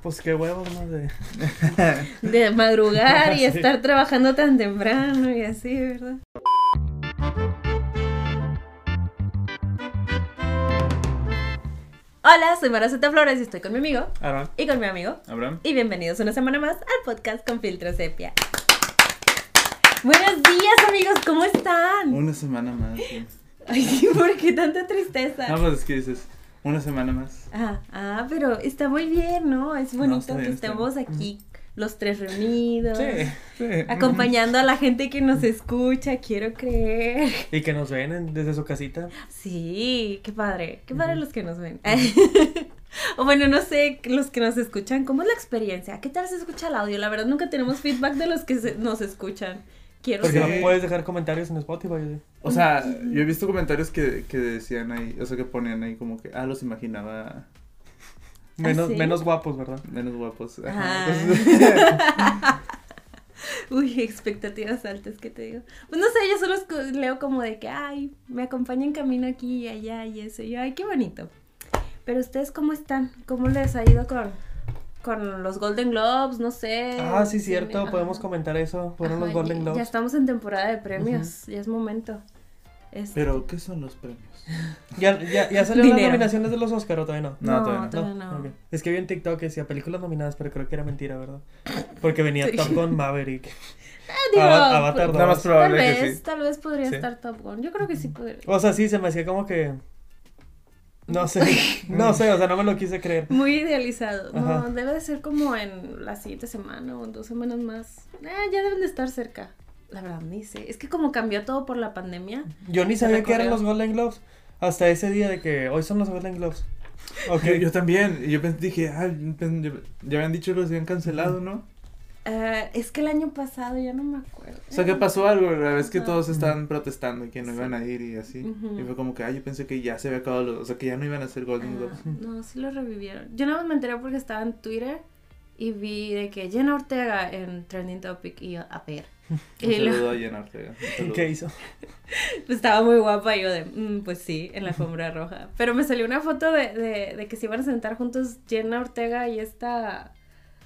Pues qué huevos, ¿no? De madrugar y Sí. estar trabajando tan temprano y así, ¿verdad? Hola, soy Maraceta Flores y estoy con mi amigo Aaron. y con mi amigo. Abraham. Y bienvenidos una semana más al podcast con Filtro Sepia. Buenos días, amigos, ¿cómo están? Una semana más. Sí. Ay, ¿por qué tanta tristeza? No, pues es que dices, una semana más. Pero está muy bien, ¿no? Es bonito está que bien, está estemos aquí los tres reunidos. Sí. Acompañando a la gente que nos escucha, quiero creer. Y que nos ven desde su casita. Sí, qué padre los que nos ven. O bueno, no sé, los que nos escuchan, ¿cómo es la experiencia? ¿Qué tal se escucha el audio? La verdad nunca tenemos feedback de los que nos escuchan. Quiero Porque saber. no puedes dejar comentarios en Spotify. ¿Sí? O sea, yo he visto comentarios que decían ahí, o sea, que ponían ahí como que, los imaginaba ¿Sí? Menos guapos, ¿verdad? menos guapos. Ah. Entonces, Uy, expectativas altas, ¿qué te digo? Pues no sé, yo solo leo como de que, me acompaña en camino aquí y allá y eso. Y yo, qué bonito. Pero ustedes, ¿cómo están? ¿Cómo les ha ido con los Golden Globes? No sé. Sí, cierto, Ajá. podemos comentar eso. Fueron los Golden Globes. Ya estamos en temporada de premios, ya es momento. pero, ¿qué son los premios? ¿Ya salieron las Dinero. nominaciones de los Oscar o todavía no? No, todavía no. Ok. Es que vi en TikTok que decía películas nominadas, pero creo que era mentira, ¿verdad? Porque venía Sí. Top Gun Maverick. Digo, Avatar pues, 2. Nada más probable que sí. Tal vez podría Sí. estar Top Gun. Yo creo que sí podría. O sea, sí, se me hacía como que... No sé, o sea, no me lo quise creer. Muy idealizado. Ajá. No, debe de ser como en la siguiente semana o en 2 semanas más. Ya deben de estar cerca. La verdad, ni sé. Es que como cambió todo por la pandemia. Yo ni Se sabía que eran recorrió. los Golden Globes hasta ese día de que hoy son los Golden Globes. Ok. Yo también, y yo dije, ya habían dicho los habían cancelado, ¿no? Es que el año pasado ya no me acuerdo. O sea, que pasó algo, la vez que Ajá. todos estaban protestando y que no Sí. iban a ir y así. Ujú. Y fue como que, yo pensé que ya se había acabado, o sea, que ya no iban a hacer Golden Globes. No, sí lo revivieron. Yo nada más me enteré porque estaba en Twitter y vi de que Jenna Ortega en Trending Topic y yo, a ver. Un Y luego, saludo a Jenna Ortega. un saludo. ¿Qué hizo? pues, estaba muy guapa y yo de, pues sí, en la alfombra roja. Pero me salió una foto de que se iban a sentar juntos Jenna Ortega y esta...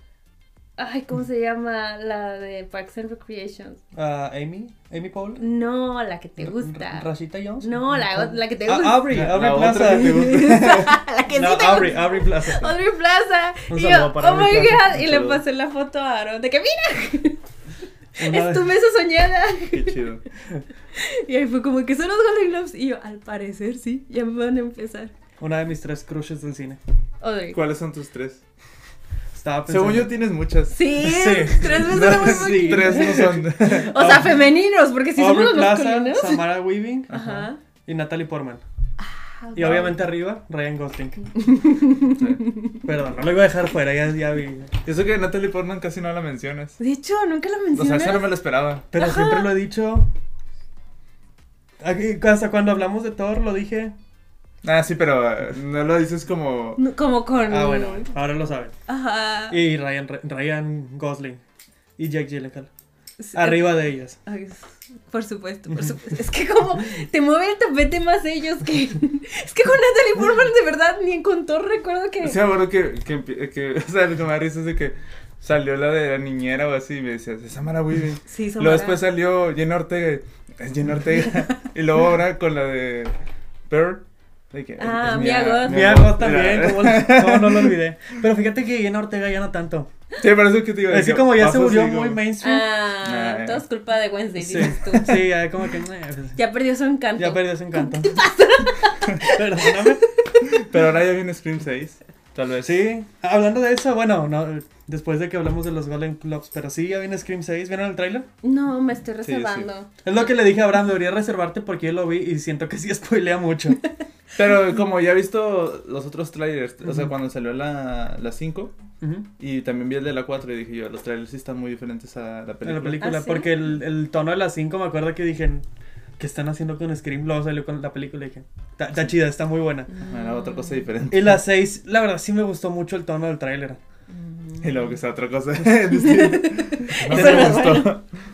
¿cómo se llama? La de Parks and Recreation. Amy Paul. No, la que te gusta. Rashida Jones. No, la que te gusta. Aubrey La Plaza. otra que te gusta. La que No, sí te Aubrey gusta. Plaza. Aubrey Plaza. Un Y saludo yo, para oh my Aubrey Plaza. god. Y Un le saludo. pasé la foto a Aaron de que mira, Una es tu mesa soñada. Qué chido. Y ahí fue como que son los Golden Globes. Y yo, al parecer sí, ya me van a empezar. Una de mis 3 crushes del cine. Audrey. ¿Cuáles son tus 3? Estaba pensando. Según yo tienes muchas. Sí, Sí. 3 veces muy Sí. poquito. 3 no son. O sea, femeninos, porque si Aubrey somos los Plaza, masculinos. Samara Weaving Ajá. y Natalie Portman. Y wow. obviamente arriba, Ryan Gosling. Perdón, no lo iba a dejar fuera, ya vi. Eso que Natalie Portman casi no la mencionas. De hecho, nunca la O sea, mencionas. eso no me lo esperaba. Pero Ajá. siempre lo he dicho. Aquí, hasta cuando hablamos de Thor lo dije. Sí, pero no lo dices como. No, como con... Bueno, ahora lo saben. Ajá. Y Ryan Gosling y Jake Gyllenhaal. Sí. Arriba de ellas. Ay, por supuesto, por supuesto. Es que como te mueve el tapete más ellos que... Es que con Natalie Portman de verdad ni con Thor recuerdo que... Sí, me acuerdo que o sea, lo que me da risa es de que salió la de la niñera o así y me decías, es Samara Weaving. Sí, Luego después salió Jenna Ortega. Es Jenna Ortega. Y luego ahora con la de Pearl. De que es Mia Goth. Mia Goth también, ¿cómo no lo olvidé? Pero fíjate que Jenna Ortega ya no tanto. Sí, por eso que te digo. Es que como ya se volvió muy mainstream. Todo es culpa de Wednesday, Sí, dices tú. sí, ya como que pues, Ya perdió su encanto. ya perdió ese encanto. ¿Qué te pasa? Perdóname. Pero ahora ya viene Scream 6. Tal vez. Sí, hablando de eso, bueno, no, después de que hablamos de los Golden Globes, pero sí, ya viene Scream 6, ¿vieron el tráiler? No, me estoy Sí, reservando. Es lo que le dije a Abraham, debería reservarte porque yo lo vi y siento que sí spoilea mucho. Pero como ya he visto los otros trailers, o sea, Ujú. cuando salió la 5 Ujú. y también vi el de la 4 y dije yo, los trailers sí están muy diferentes a la En película. la película, ¿Ah, sí? porque el tono de las 5 me acuerdo que dije, ¿qué están haciendo con Scream? Luego salió con la película y dije, está chida, está muy buena. Era otra cosa diferente. Y la 6, la verdad sí me gustó mucho el tono del tráiler. Y luego que sea otra cosa distinta. No Eso me no es gustó. bueno.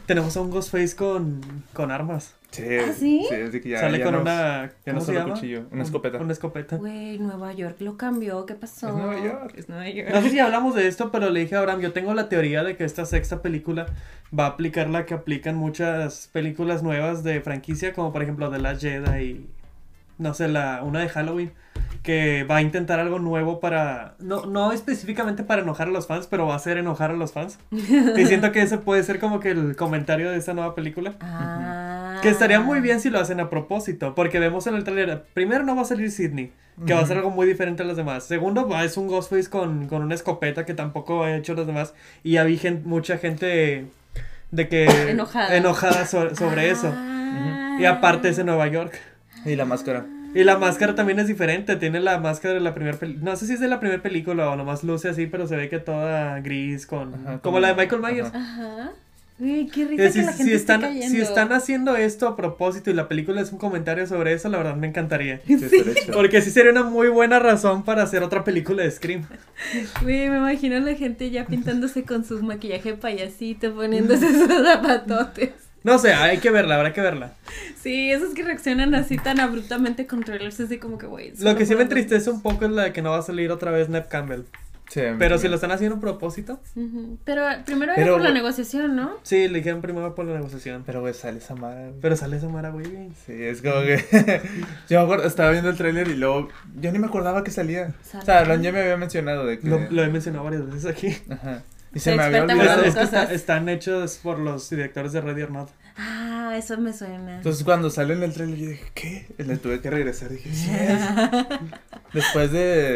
Tenemos a un Ghostface con armas. Sí, ¿Ah, sí? sí, es de que ya, Sale ya con no, una... ya no ¿Cómo se solo llama? cuchillo, una escopeta. Una escopeta. Güey, Nueva York lo cambió, ¿qué pasó? Es Nueva York. Es Nueva York. No sé si hablamos de esto, pero le dije a Abraham, yo tengo la teoría de que esta sexta película va a aplicar la que aplican muchas películas nuevas de franquicia, como por ejemplo The Last Jedi y no sé, una de Halloween, que va a intentar algo nuevo para, no específicamente para enojar a los fans, pero va a hacer enojar a los fans. Y siento que ese puede ser como que el comentario de esta nueva película. Ah. Que estaría muy bien si lo hacen a propósito, porque vemos en el trailer, primero no va a salir Sydney, que va a ser algo muy diferente a los demás. Segundo, es un Ghostface con una escopeta que tampoco ha hecho los demás. Y ya vi mucha gente de que enojada sobre eso. Y aparte es en Nueva York. Y la máscara. Y la máscara también es diferente, tiene la máscara de la primera película, no sé si es de la primera película o nomás luce así, pero se ve que toda gris Ajá, como la de Michael Myers. Ajá. Uy, qué risa Si, que la gente esté cayendo. si están haciendo esto a propósito y la película es un comentario sobre eso, la verdad me encantaría. Sí, estaría chido. Porque sí sería una muy buena razón para hacer otra película de Scream. Güey, me imagino a la gente ya pintándose con su maquillaje de payasito, poniéndose sus zapatotes. No sé, hay que verla, habrá que verla. Sí, esos que reaccionan así tan abruptamente con trailers, así como que, güey. Lo que sí me entristece un poco es la de que no va a salir otra vez Neve Campbell. Sí, Pero si lo están haciendo a propósito. Pero primero Pero, era por la güey, negociación, ¿no? Sí, le dijeron primero por la negociación. Pero, güey, sale Samara. Güey. Pero sale Samara Weaving. Sí, es como que... Yo me acuerdo, estaba viendo el tráiler y luego... Yo ni me acordaba que salía. O sea, Alan ya me había mencionado de que... Lo he mencionado varias veces aquí. Ajá. Y Se se me había experta olvidado. Las Es que cosas. están hechos por los directores de Ready or Not. Ah, eso me suena. Entonces cuando sale en el trailer yo dije, ¿qué? Y le tuve que regresar, dije, sí es. Después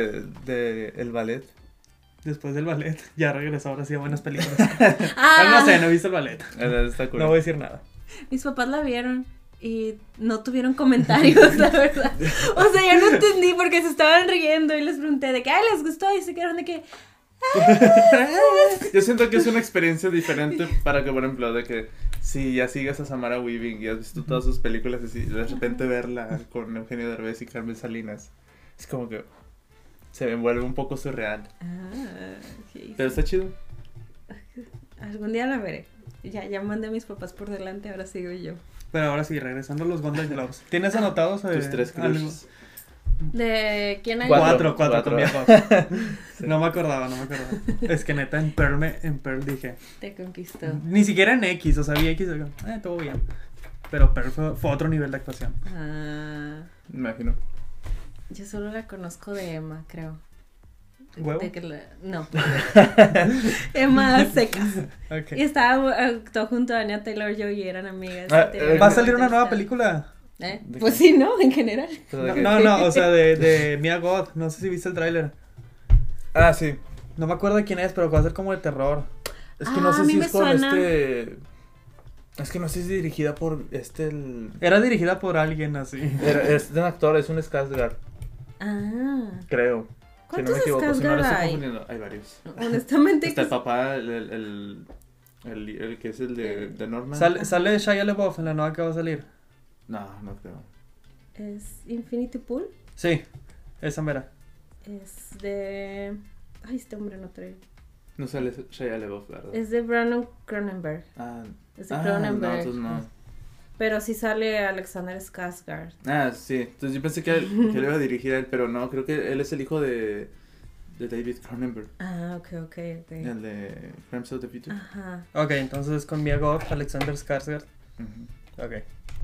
de el ballet. Después del ballet, ya regresó ahora sí a buenas películas. Ah, No sé, no he visto el ballet. Está cool. No voy a decir nada. mis papás la vieron y no tuvieron comentarios, la verdad. O sea, yo no entendí porque se estaban riendo y les pregunté de que, ay, les gustó y se quedaron de que, Yo siento que es una experiencia diferente para que, por ejemplo, de que si ya sigues a Samara Weaving y has visto todas sus películas así, de repente verla con Eugenio Derbez y Carmen Salinas, es como que se vuelve un poco surreal. ok. Pero está chido. Algún día la veré. Ya mandé a mis papás por delante, ahora sigo yo. Pero ahora sí, regresando a los Golden Globes. ¿Tienes anotados Tus tres algo? crushes. ¿De quién hay? Cuatro. Cuatro con mi papá. No me acordaba. Es que neta, en Pearl dije. Te conquistó. Ni siquiera en X, o sea, vi X, todo bien. Pero Pearl fue otro nivel de actuación. Ah, Me imagino. yo solo la conozco de Emma, creo. ¿Huevo? No. Emma Secas. Ok. Y estaba actuó junto a Anya Taylor-Joy y eran amigas. Ah, ¿Va a salir una nueva película? ¿Eh? ¿De Pues qué? sí, ¿no? En general. Pero de No, que- no, o sea, de Mia Goth. No sé si viste el tráiler. Ah, sí. No me acuerdo de quién es, pero va a ser como de terror. Es que no sé a mí si me es con suena. Es que no sé si es dirigida por el... Era dirigida por alguien así. Es de un actor, es un Skarsgård, Ah. creo. Si no ¿Cuántos me equivoco, si no lo Skarsgård estoy hay? confundiendo. Hay varios. Honestamente. Está el papá, el que es el de Norman. Sale Shia LaBeouf en la nueva que va a salir. No, no creo. Es Infinity Pool. Sí, esa mera. Es de. Ay, este hombre no trae. No sale Shia LaBeouf, ¿verdad? Es de Brandon Cronenberg. Ah, Es de no, Cronenberg. entonces no. Pero sí sale Alexander Skarsgård. Ah, sí. Entonces yo pensé que lo iba a dirigir a él, pero no, creo que él es el hijo de David Cronenberg. Ah, ok. El de Crimes of the Future. Ajá. Ok, entonces es con Mia Goth, Alexander Skarsgård. Ujú. Ok.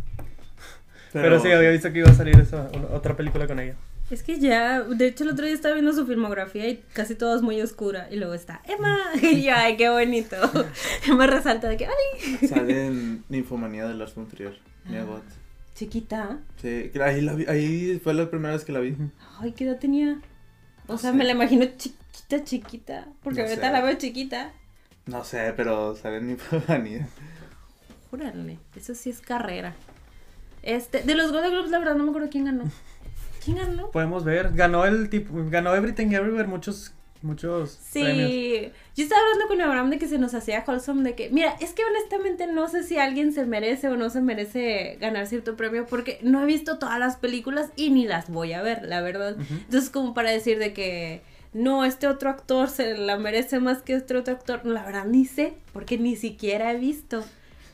Pero sí, había visto que iba a salir otra película con ella. Es que ya, de hecho el otro día estaba viendo su filmografía y casi todo es muy oscura. Y luego está Emma. Y yo, ay, qué bonito. Emma resalta de que, ay. Sale en Ninfomanía de Lars von Trier. Mia Goth. Chiquita. Sí, ahí, ahí fue la primera vez que la vi. Ay, ¿qué edad tenía? O No sea, sé. me la imagino chiquita. Porque No ahorita sé. la veo chiquita. No sé, pero sale en Ninfomanía. Júrale, eso sí es carrera. De los Golden Globes, la verdad, no me acuerdo quién ganó. ¿Quién ganó? Podemos ver, ganó Everything Everywhere muchos premios. Sí, yo estaba hablando con Abraham de que se nos hacía wholesome de que, mira, es que honestamente no sé si alguien se merece o no se merece ganar cierto premio porque no he visto todas las películas y ni las voy a ver, la verdad. Ujú. Entonces como para decir de que no, este otro actor se la merece más que este otro actor, la verdad ni sé porque ni siquiera he visto.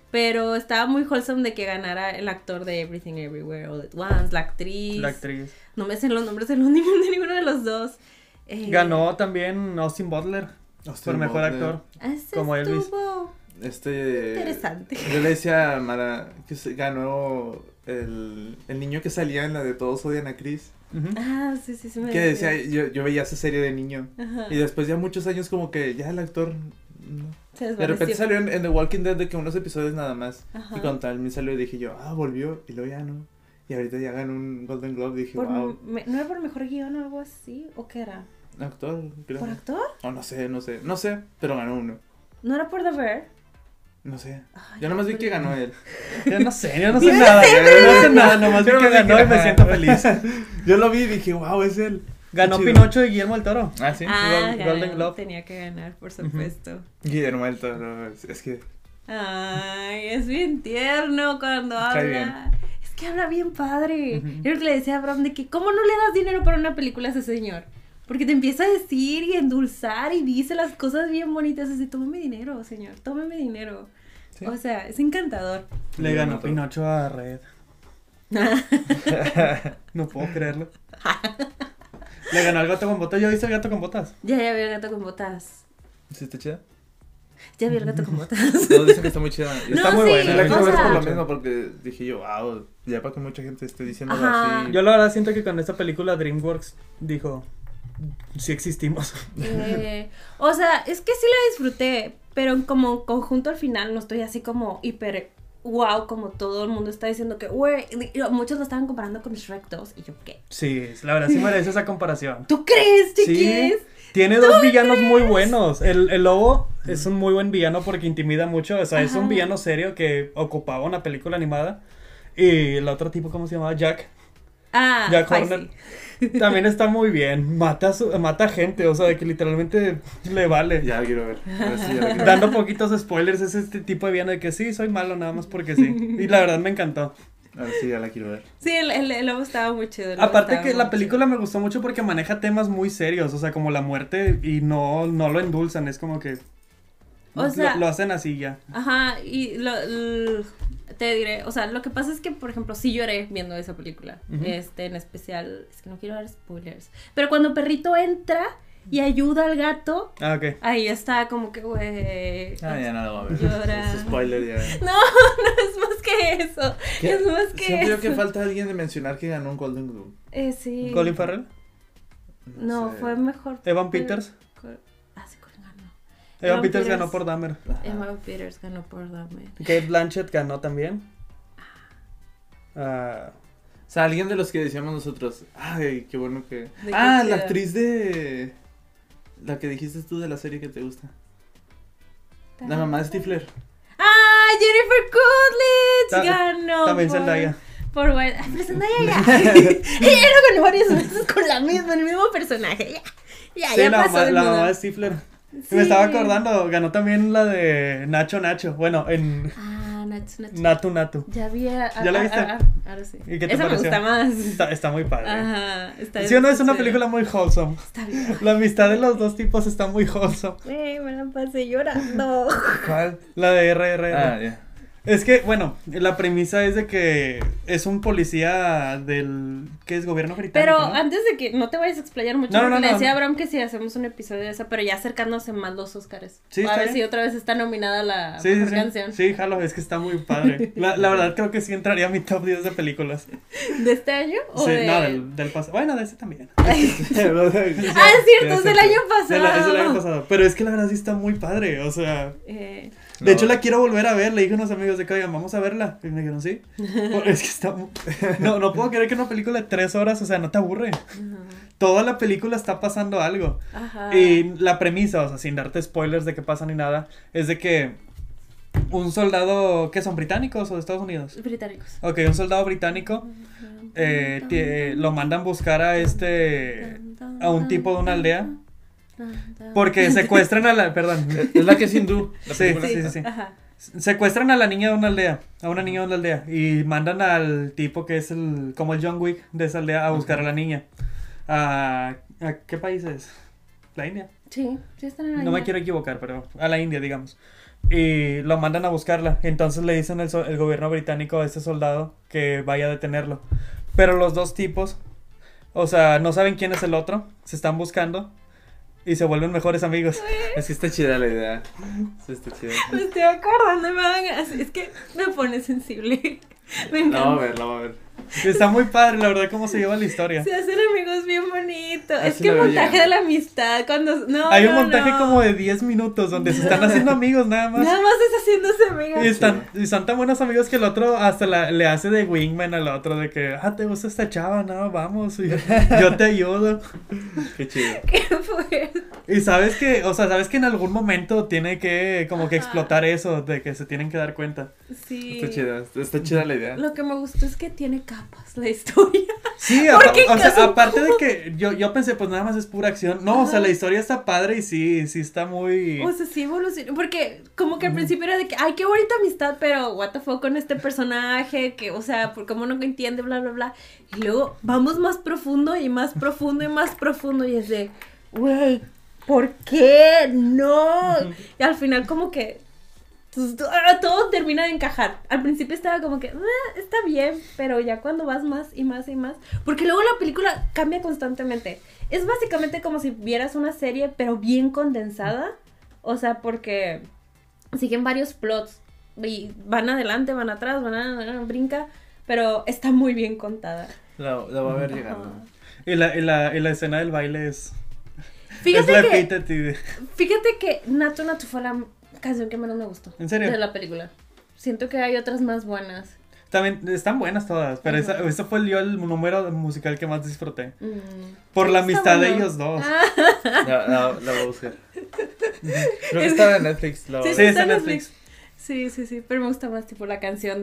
Pero estaba muy wholesome de que ganara el actor de Everything Everywhere All at Once, la actriz. La actriz. No me sé los nombres de ninguno de los dos. Ganó también Austin Butler por mejor actor. Ese como Elvis. estuvo interesante. Yo le decía a Mara que ganó el niño que salía en la de Todos odian a Chris. Ujú. Ah, sí, me Que decía, yo veía esa serie de niño. Ajá. Y después ya muchos años como que ya el actor... no. Se De repente desvaneció. salió en The Walking Dead de que unos episodios nada más. Ajá. Y cuando tal me salió dije yo, volvió. Y luego ya no. Y ahorita ya ganó un Golden Globe. Dije, wow. ¿No era por mejor guión o algo así? ¿O qué era? Actor, creo. ¿Por actor? O no sé, pero ganó uno. ¿No era por The Bear? No sé. Ay, Yo nomás vi que ganó él. Yo no sé nada. Yo no sé nada, nomás vi Yo que nomás vi ganó que y me ganó. siento feliz. Yo lo vi y dije, wow, es él. Ganó Qué chido. Pinocho y Guillermo del Toro. Ah, sí. Golden Globe. Tenía que ganar, por supuesto. Guillermo del Toro, es que... Ay, es bien tierno cuando Cae habla. Es que habla bien padre. Ujú. Yo le decía a Abraham de que, ¿cómo no le das dinero para una película a ese señor? Porque te empieza a decir y endulzar y dice las cosas bien bonitas. Así, tómame dinero, señor, tómame dinero. Sí. O sea, es encantador. Le ganó Toro. Pinocho a Red. No puedo creerlo. Le ganó al gato con botas. ¿Yo hice el gato con botas? Ya vi el gato con botas. ¿Sí está chida? Ya vi el gato con botas. Todos dicen que está muy chida. Y No, está muy sí, buena. La quiero o ver por sea- lo mismo porque dije yo, wow, ya para que mucha gente esté diciendo Ajá. así. Yo la verdad siento que con esta película DreamWorks dijo, sí existimos. O sea, es que sí la disfruté, pero como conjunto al final no estoy así como hiper wow, como todo el mundo está diciendo que, güey, muchos lo estaban comparando con Shrek 2 y yo, ¿qué? Sí, la verdad sí merece esa comparación. ¿Tú crees, Sí, chiquis? tiene dos villanos muy buenos. El lobo es un muy buen villano porque intimida mucho. O sea, es un Ajá. villano serio que ocupaba una película animada. Y el otro tipo, ¿cómo se llamaba? Jack. Ah, Jack Feisty. Horner. También está muy bien. Mata gente, o sea, de que literalmente le vale. Ya la quiero ver. Ahora sí, ya la quiero ver. Dando poquitos spoilers, es este tipo de villano de que sí, soy malo nada más porque sí. Y la verdad me encantó. Ahora sí, ya la quiero ver. Sí, el lobo estaba muy chido. el lobo Aparte estaba que la muy película me gustó mucho porque maneja temas muy serios, o sea, como la muerte y no lo endulzan, es como que O sea- lo hacen así ya. chido. Ajá, y te diré, o sea, lo que pasa es que, por ejemplo, sí lloré viendo esa película. Ujú. En especial, es que no quiero dar spoilers. Pero cuando Perrito entra y ayuda al gato, Ah, ok. ahí está como que, güey. Ya no la voy a ver. Llora. Es spoiler ya. No es más que eso. ¿Qué? Es más que Siento eso. yo que falta alguien de mencionar que ganó un Golden Globe. Sí. Colin Farrell, No, sé. fue mejor. Evan Peters. Sí, Colin ganó. Evan Peters ganó por Dahmer. Ajá. Evan Peters ganó por Dahmer. Kate Blanchett ganó también. Ah, O sea, alguien de los que decíamos nosotros. Ay, qué bueno que. ¿De qué La chida? actriz de. La que dijiste tú de la serie que te gusta. La mamá de Stifler. ¡Ah! Jennifer Coolidge ganó. también por- Zendaya. Por White. Ay, pero Zendaya ya. Ella lo ganó varias veces con el mismo personaje. Ya, Sí, ya la pasó de mamá moda. de Stifler. Sí. Me estaba acordando, ganó también la de Nacho. Bueno, en Ah, Nacho. Natu. Ya vi ¿Ya la viste? Ahora sí. ¿Y qué te Esa me pareció? gusta más. Está muy padre. Ajá. Está ¿Sí o no? Es una chida. película muy wholesome. Está bien. La amistad de los dos tipos está muy wholesome. Me la pasé llorando. ¿Cuál? La de RRR. Ya. Es que, bueno, la premisa es de que es un policía del... ¿Qué es? Gobierno británico, Pero ¿no? antes de que no te vayas a explayar mucho, No, porque no, le no. decía a Abraham que si hacemos un episodio de eso, pero ya acercándose más los Oscars. Sí, a está ver bien. si otra vez está nominada la Sí, mejor sí, canción sí, jalo, es que está muy padre. La verdad creo que sí entraría a mi top 10 de películas. de este año o Sí, de... no, del pasado. Bueno, de ese también. Ah, es cierto, es del año pasado. Es del año pasado. Pero es que la verdad sí está muy padre, o sea... Eh, De hecho, la quiero volver a ver. Le dije a unos amigos de que, oigan, vamos a verla. Y me dijeron, sí. Es que está. No puedo creer que una película de 3 horas, o sea, no te aburre. Toda la película está pasando algo. ajá. Y la premisa, o sea, sin darte spoilers de qué pasa ni nada, es de que un soldado, ¿qué son? ¿Británicos o de Estados Unidos? Británicos. Ok, un soldado británico lo mandan buscar a a un tipo de una aldea. Porque secuestran a la. Perdón. Es la que es hindú. La Sí, película. sí. Ajá. Secuestran a la niña de una aldea, a una niña de una aldea, y mandan al tipo que es como el John Wick de esa aldea a buscar a la niña. ¿A qué país es? La India. Sí, sí están en la No me India. quiero equivocar, pero a la India, digamos. Y lo mandan a buscarla. Entonces le dicen el gobierno británico a este soldado que vaya a detenerlo. Pero los dos tipos, o sea, no saben quién es el otro, se están buscando y se vuelven mejores amigos. Es que está chida la idea. Sí, está chida. Me estoy acordando, me van a... Es que me pone sensible. Me La encanta. la voy a ver. Está muy padre, la verdad, cómo se lleva la historia. Se hacen amigos bien bonitos. Es Así que lo el veo montaje ya. de la amistad, cuando... No, Hay un no, montaje no. como de 10 minutos donde se están haciendo amigos nada más. Nada más es haciéndose amigos. Y son tan buenos amigos que el otro hasta le hace de wingman al otro, de que, te gusta esta chava, no, vamos, y yo te ayudo. Qué chido. ¿Qué fue? Y sabes que, o sea, sabes que en algún momento tiene que como que explotar eso, de que se tienen que dar cuenta. Sí. Está chida. Está chida la idea. Lo que me gustó es que tiene capas la historia. Sí, Porque o sea, son aparte de que yo pensé, pues nada más es pura acción. No, o sea, la historia está padre y sí está muy... O sea, sí evolucionó. Porque como que al principio era de que, ay, qué bonita amistad, pero what the fuck con este personaje, que, o sea, por cómo no entiende, bla, bla, bla. Y luego vamos más profundo y más profundo y más profundo. Y es de, güey, ¿por qué? No. Y al final como que pues, todo termina de encajar. Al principio estaba como que, está bien, pero ya cuando vas más y más y más. Porque luego la película cambia constantemente. Es básicamente como si vieras una serie, pero bien condensada. O sea, porque siguen varios plots. Y van adelante, van atrás, brinca. Pero está muy bien contada. La voy a ver Ajá. llegando. Y la escena del baile es Fíjate la que, epítete. fíjate que Natu Natu fue la canción que menos me gustó. ¿En serio? De la película. Siento que hay otras más buenas. También están buenas todas, pero Ajá. ese fue el número musical que más disfruté. Mm. Por la Está amistad de bueno. ellos dos. Ah, La voy a buscar. Creo que estaba en Netflix. La voy a sí, Sí, ver. está está en en Netflix. sí, pero me gusta más tipo la canción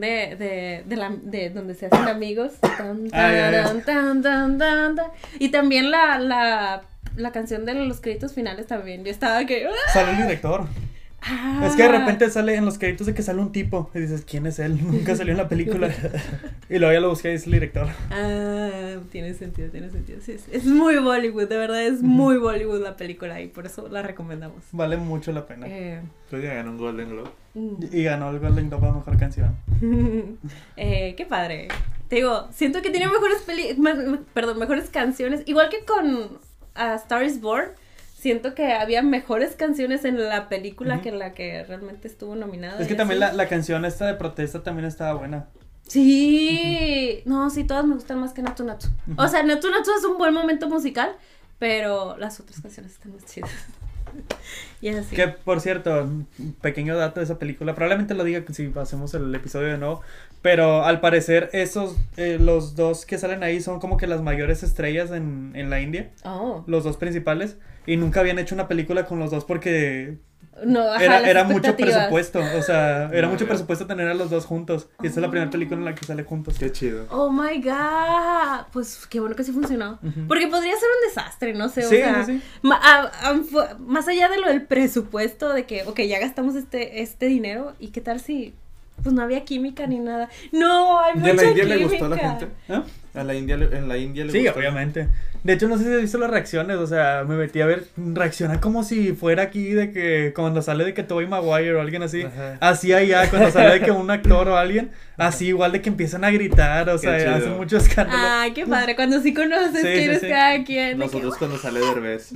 de donde se hacen amigos. Tan, Ya. tan, tan, tan, tan, tan. Y también la canción de los créditos finales también. Yo estaba que... Sale el director. Ah. Es que de repente sale en los créditos de que sale un tipo y dices, ¿quién es él? Nunca salió en la película. Y luego ya lo busqué y es el director. Ah, tiene sentido. Sí, es muy Bollywood, de verdad es muy Bollywood la película y por eso la recomendamos. Vale mucho la pena. Creo que ganó un Golden Globe. Y ganó el Golden Globe a Mejor Canción. Qué padre. Te digo, siento que tiene mejores canciones, igual que con A Star is Born. Siento que había mejores canciones en la película que en la que realmente estuvo nominada. Es que y también así. la canción esta de protesta también estaba buena. Sí, no, sí, todas me gustan más que Natu Natu. O sea, Natu Natu es un buen momento musical, pero las otras canciones están más chidas. Y es así. Que por cierto, un pequeño dato de esa película, probablemente lo diga si hacemos el episodio de nuevo, pero al parecer los dos que salen ahí son como que las mayores estrellas en la India, Oh, los dos principales, y nunca habían hecho una película con los dos porque no, ajá, las era mucho expectativas. presupuesto, o sea, era No, mucho ya. presupuesto tener a los dos juntos, y esta es la primera película en la que sale juntos. Qué chido. Oh my god, pues qué bueno que sí funcionó. Ujú. Porque podría ser un desastre, no sé, o Sí, sea, sí, sí. más allá de lo del presupuesto, de que, ok, ya gastamos este dinero, ¿y qué tal si, pues no había química ni nada? No, hay ¿Y mucha a la India química. le gustó a la gente? ¿Ah? En la India le Sí, gustó. obviamente. De hecho, no sé si has visto las reacciones, o sea, me metí a ver, reaccionan como si fuera aquí de que cuando sale de que Tobey Maguire o alguien así, Ajá. así allá, cuando sale de que un actor o alguien, así igual de que empiezan a gritar, o Qué sea, chido. hacen mucho escándalo. Ay, qué padre, cuando sí conoces Sí, quién sí, es sí. cada quien. de que, Nosotros cuando sale Derbez.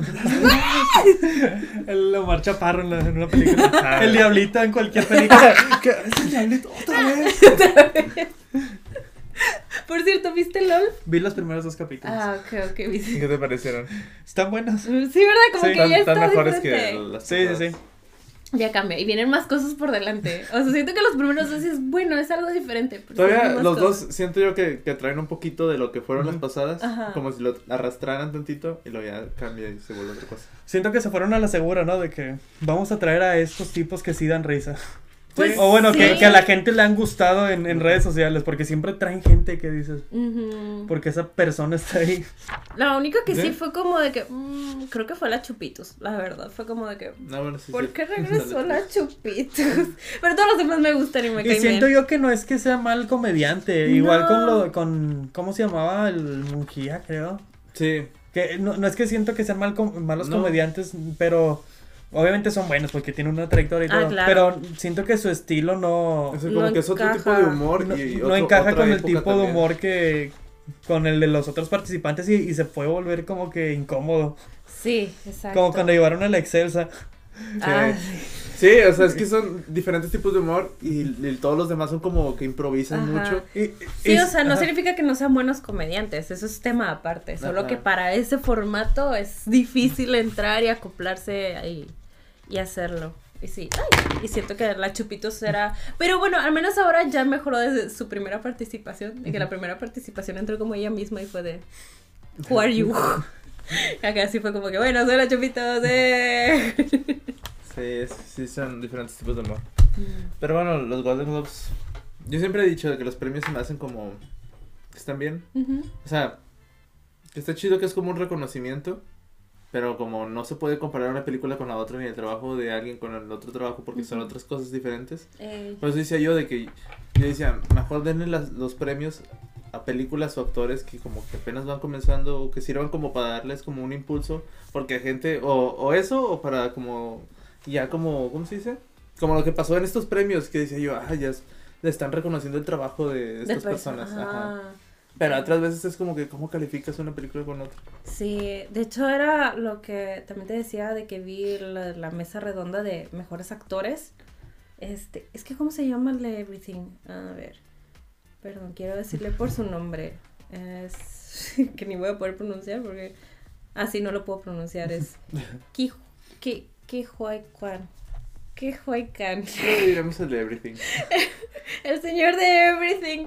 El Omar Chaparro en una película, el Diablito en cualquier película. ¿Qué? ¿Es el Diablito otra vez? Por cierto, ¿viste LOL? Vi los primeros 2 capítulos. Ah, ok, viste. ¿Qué te parecieron? Están buenos. Sí, ¿verdad? Como Sí, que ya está Están mejores diferente. que las Sí, sí, sí. Ya cambia, y vienen más cosas por delante. O sea, siento que los primeros dos es bueno, es algo diferente. pero Todavía vienen más los cosas. dos siento yo que traen un poquito de lo que fueron las Ujú. pasadas. Ajá. Como si lo arrastraran tantito y luego ya cambia y se vuelve otra cosa. Siento que se fueron a la segura, ¿no? De que vamos a traer a estos tipos que sí dan risa. Pues O bueno, sí. que a la gente le han gustado en redes sociales, porque siempre traen gente que dices, Ujú. porque esa persona está ahí. La única que sí ¿Sí? fue como de que, creo que fue la Chupitos, la verdad, fue como de que, No, bueno, sí, ¿por sí. qué regresó Dale. la Chupitos? Pero todos los demás me gustan y me Y caen siento bien. yo que no es que sea mal comediante, igual con ¿cómo se llamaba? El Mujía, creo. Sí. Que no es que siento que sean malos No. comediantes, pero obviamente son buenos porque tienen una trayectoria y Ah, todo. claro. Pero siento que su estilo no, Es como No que es otro tipo encaja. de humor no, y no encaja otra con el época tipo de también. humor que con el de los otros participantes y se puede volver como que incómodo. Sí, exacto. Como cuando llevaron a la Excelsa. Ah, Sí, o sea, es que son diferentes tipos de humor y todos los demás son como que improvisan Ajá. mucho. sí, o sea, no ajá. significa que no sean buenos comediantes, eso es tema aparte, solo Ajá. que para ese formato es difícil entrar y acoplarse ahí y hacerlo. Y sí, ay, y siento que la Chupitos era... Pero bueno, al menos ahora ya mejoró desde su primera participación, de que la primera participación entró como ella misma y fue de... Who are you? Acá sí fue como que, bueno, soy la Chupitos, Sí, son diferentes tipos de humor. Pero bueno, los Golden Globes, yo siempre he dicho que los premios se me hacen como que están bien. Ujú. O sea, que está chido que es como un reconocimiento, pero como no se puede comparar una película con la otra ni el trabajo de alguien con el otro trabajo porque son Ujú. otras cosas diferentes. Eh, Por eso decía yo de que yo decía, mejor denle los premios a películas o actores que como que apenas van comenzando o que sirvan como para darles como un impulso, porque hay gente o eso o para como ya como ¿cómo se dice? Como lo que pasó en estos premios que decía yo, le están reconociendo el trabajo de estas personas. Ajá. Ajá. Pero otras veces es como que cómo calificas una película con otra. Sí, de hecho era lo que también te decía de que vi la mesa redonda de mejores actores. Es que ¿cómo se llama el de Everything? A ver, perdón, quiero decirle por su nombre. Es que ni voy a poder pronunciar porque así no lo puedo pronunciar. Es Ki Kwan. No diremos el de Everything. El señor de Everything,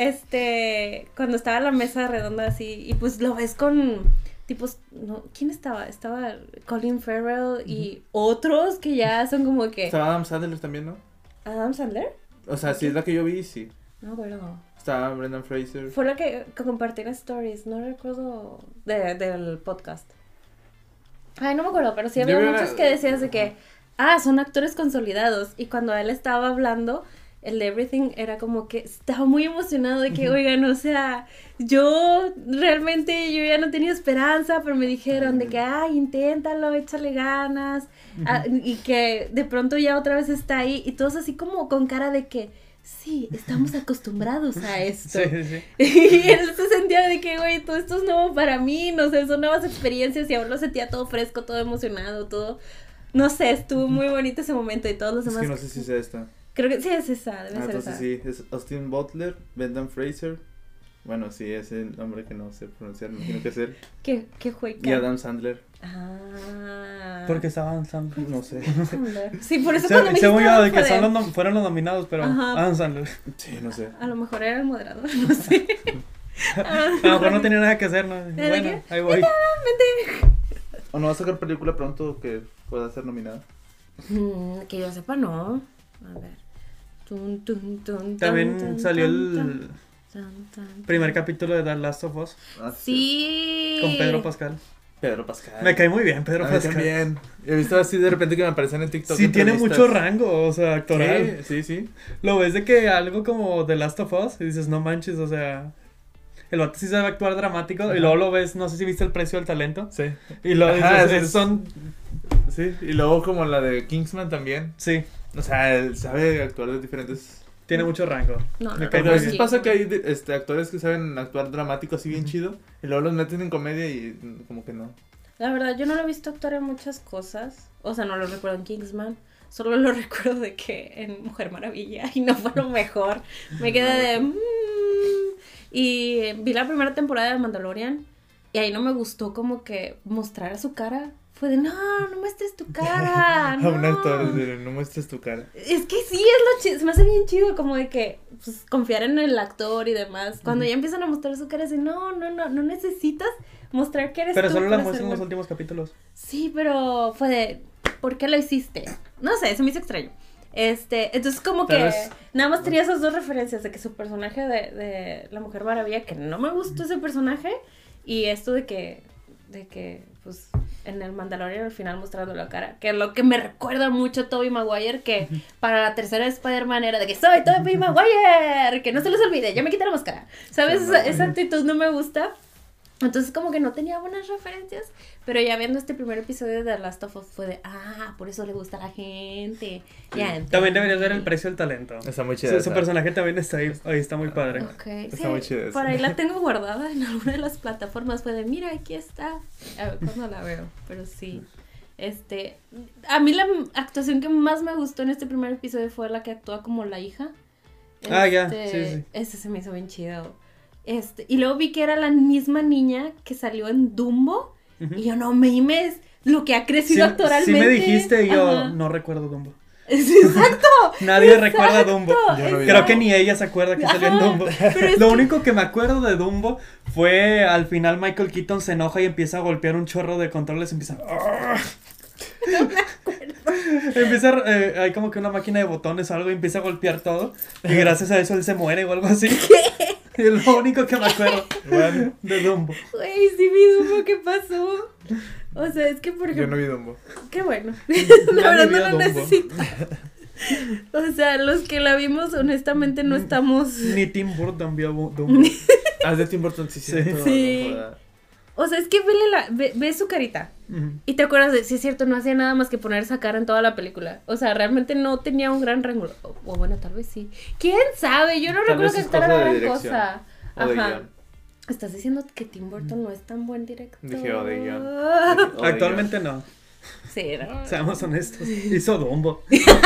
cuando estaba en la mesa redonda así, y pues lo ves con tipos, no, ¿quién estaba? Estaba Colin Farrell y otros que ya son como que... Estaba Adam Sandler también, ¿no? ¿Adam Sandler? O sea, sí es la que yo vi, sí. No, bueno. Estaba Brendan Fraser. Fue la que compartí en stories, no recuerdo del podcast. Ay, no me acuerdo, pero sí había Yo vi muchos una- que decías de que, son actores consolidados. Y cuando él estaba hablando, el de Everything era como que estaba muy emocionado de que, oigan, o sea, yo ya no tenía esperanza, pero me dijeron de que, inténtalo, échale ganas. Y que de pronto ya otra vez está ahí. Y todos así como con cara de que, sí, estamos acostumbrados a esto. Sí, sí. Y él se sentía de que, güey, todo esto es nuevo para mí, no sé, son nuevas experiencias y ahora lo sentía todo fresco, todo emocionado, todo, no sé, estuvo muy bonito ese momento y todos los Es demás. que no sé si sea esta. Creo que sí es esa, debe ser Entonces esa. sí, es Austin Butler, Brendan Fraser. Bueno, sí, es el nombre que no sé pronunciar, me imagino que es él. ¿Qué juega? Y Adam Sandler. Ah. Porque estaban avanzando. No sé. Sí, por eso cuando me Según dijiste yo, algo de que fue son fueron los nominados, pero Ajá. Adam Sandler. Sí, no sé. a lo mejor era el moderador, no sé. A lo mejor no tenía nada que hacer, ¿no? ¿De Bueno, qué? ahí voy. ¿O no va a sacar película pronto que pueda ser nominada? Que yo sepa, no. A ver. Tun, tun, tun, También tun, salió tun, tun, el tun, tun, primer tun. capítulo de The Last of Us Ah, Sí. con Pedro Pascal. Pedro Pascal. Me cae muy bien Pedro A mí Pascal. también. He visto así de repente que me aparecen en TikTok. Sí, tiene entrevistas. mucho rango, o sea, actoral. Sí. Lo ves de que algo como The Last of Us y dices, no manches, o sea, el vato sí sabe actuar dramático. Ajá. Y luego lo ves, no sé si viste El Precio del Talento. Sí. Y luego Ajá, dices, es- son, Sí, y luego como la de Kingsman también. sí, O sea, él sabe actuar de diferentes... tiene mucho rango. No, Me no, cae Porque a muy veces bien. pasa que hay actores que saben actuar dramático así bien chido y luego los meten en comedia y como que no. La verdad, yo no lo he visto actuar en muchas cosas. O sea, no lo recuerdo en Kingsman. Solo lo recuerdo de que en Mujer Maravilla. Y no fue lo mejor. Me quedé de... Y vi la primera temporada de Mandalorian. Y ahí no me gustó como que mostrar su cara. Fue de, no muestres tu cara. A un no". actor de, no muestres tu cara. Es que sí, es lo chido. Se me hace bien chido como de que, pues, confiar en el actor y demás. Cuando ya empiezan a mostrar su cara, es de, no necesitas mostrar que eres Pero tú solo la para muestran en ser los últimos capítulos. Sí, pero fue de, ¿por qué lo hiciste? No sé, se me hizo extraño. Entonces como Tal que vez- nada más tenía esas dos referencias de que su personaje de la Mujer Maravilla, que no me gustó ese personaje, y esto de que, pues, en el Mandalorian al final mostrando la cara, que es lo que me recuerda mucho a Tobey Maguire, que para la tercera Spider-Man era de que soy Tobey Maguire, que no se les olvide, ya me quité la máscara, ¿sabes? Sí, Esa actitud no me gusta. Entonces como que no tenía buenas referencias, pero ya viendo este primer episodio de The Last of Us fue de, por eso le gusta a la gente. Ya También deberías ver El entendí. precio del talento. Está muy chida. Su esa. personaje también está ahí está muy padre. Ok, Está sí, muy chida esa. por ahí la tengo guardada en alguna de las plataformas, fue de, mira, aquí está. A ver cuándo la veo, pero sí. A mí la actuación que más me gustó en este primer episodio fue la que actúa como la hija. Ya, sí. Ese se me hizo bien chido. Y luego vi que era la misma niña que salió en Dumbo. Ujú. Y yo, no mames, lo que ha crecido actualmente. Sí me dijiste y yo Ajá. no recuerdo Dumbo. Sí, exacto. Nadie exacto, recuerda Dumbo. Yo no vi Creo Dumbo. que ni ella se acuerda que salió en Ajá, Dumbo. pero es Lo que- único que me acuerdo de Dumbo fue al final Michael Keaton se enoja y empieza a golpear un chorro de controles. Empieza. Empieza hay como que una máquina de botones o algo y empieza a golpear todo. Y gracias a eso él se muere o algo así. Es lo único que me acuerdo de Dumbo. Güey, sí vi Dumbo, ¿qué pasó? O sea, es que por Yo ejemplo. no vi Dumbo. Qué bueno. Nadie La verdad vio no lo Dumbo. necesito. O sea, los que la vimos, honestamente, no estamos. Ni Tim Burton vio Dumbo. Es de Tim Burton, sí, Sí. cierto, Sí. no joda. O sea, es que ve su carita. Ujú. Y te acuerdas de, sí es cierto, no hacía nada más que poner esa cara en toda la película. O sea, realmente no tenía un gran rango. O bueno, tal vez sí. ¿Quién sabe? Yo no Tal recuerdo vez que es actuara cosa la de gran dirección. cosa. O de Ajá. guión. ¿Estás diciendo que Tim Burton no es tan buen director? Dije, o de guión. O de Actualmente no. Sí, ¿no? Seamos honestos. Hizo Dumbo.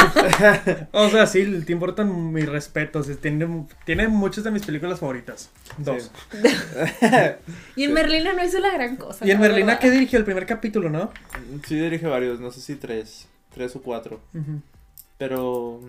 O sea, sí, el Tim Burton, mis respetos. Tiene muchas de mis películas favoritas. Dos. Y en Merlina no hizo la gran cosa. Y en la Merlina, verdad. ¿qué dirigió? El primer capítulo, ¿no? Sí, dirige varios, no sé si tres o cuatro. Ujú. Pero,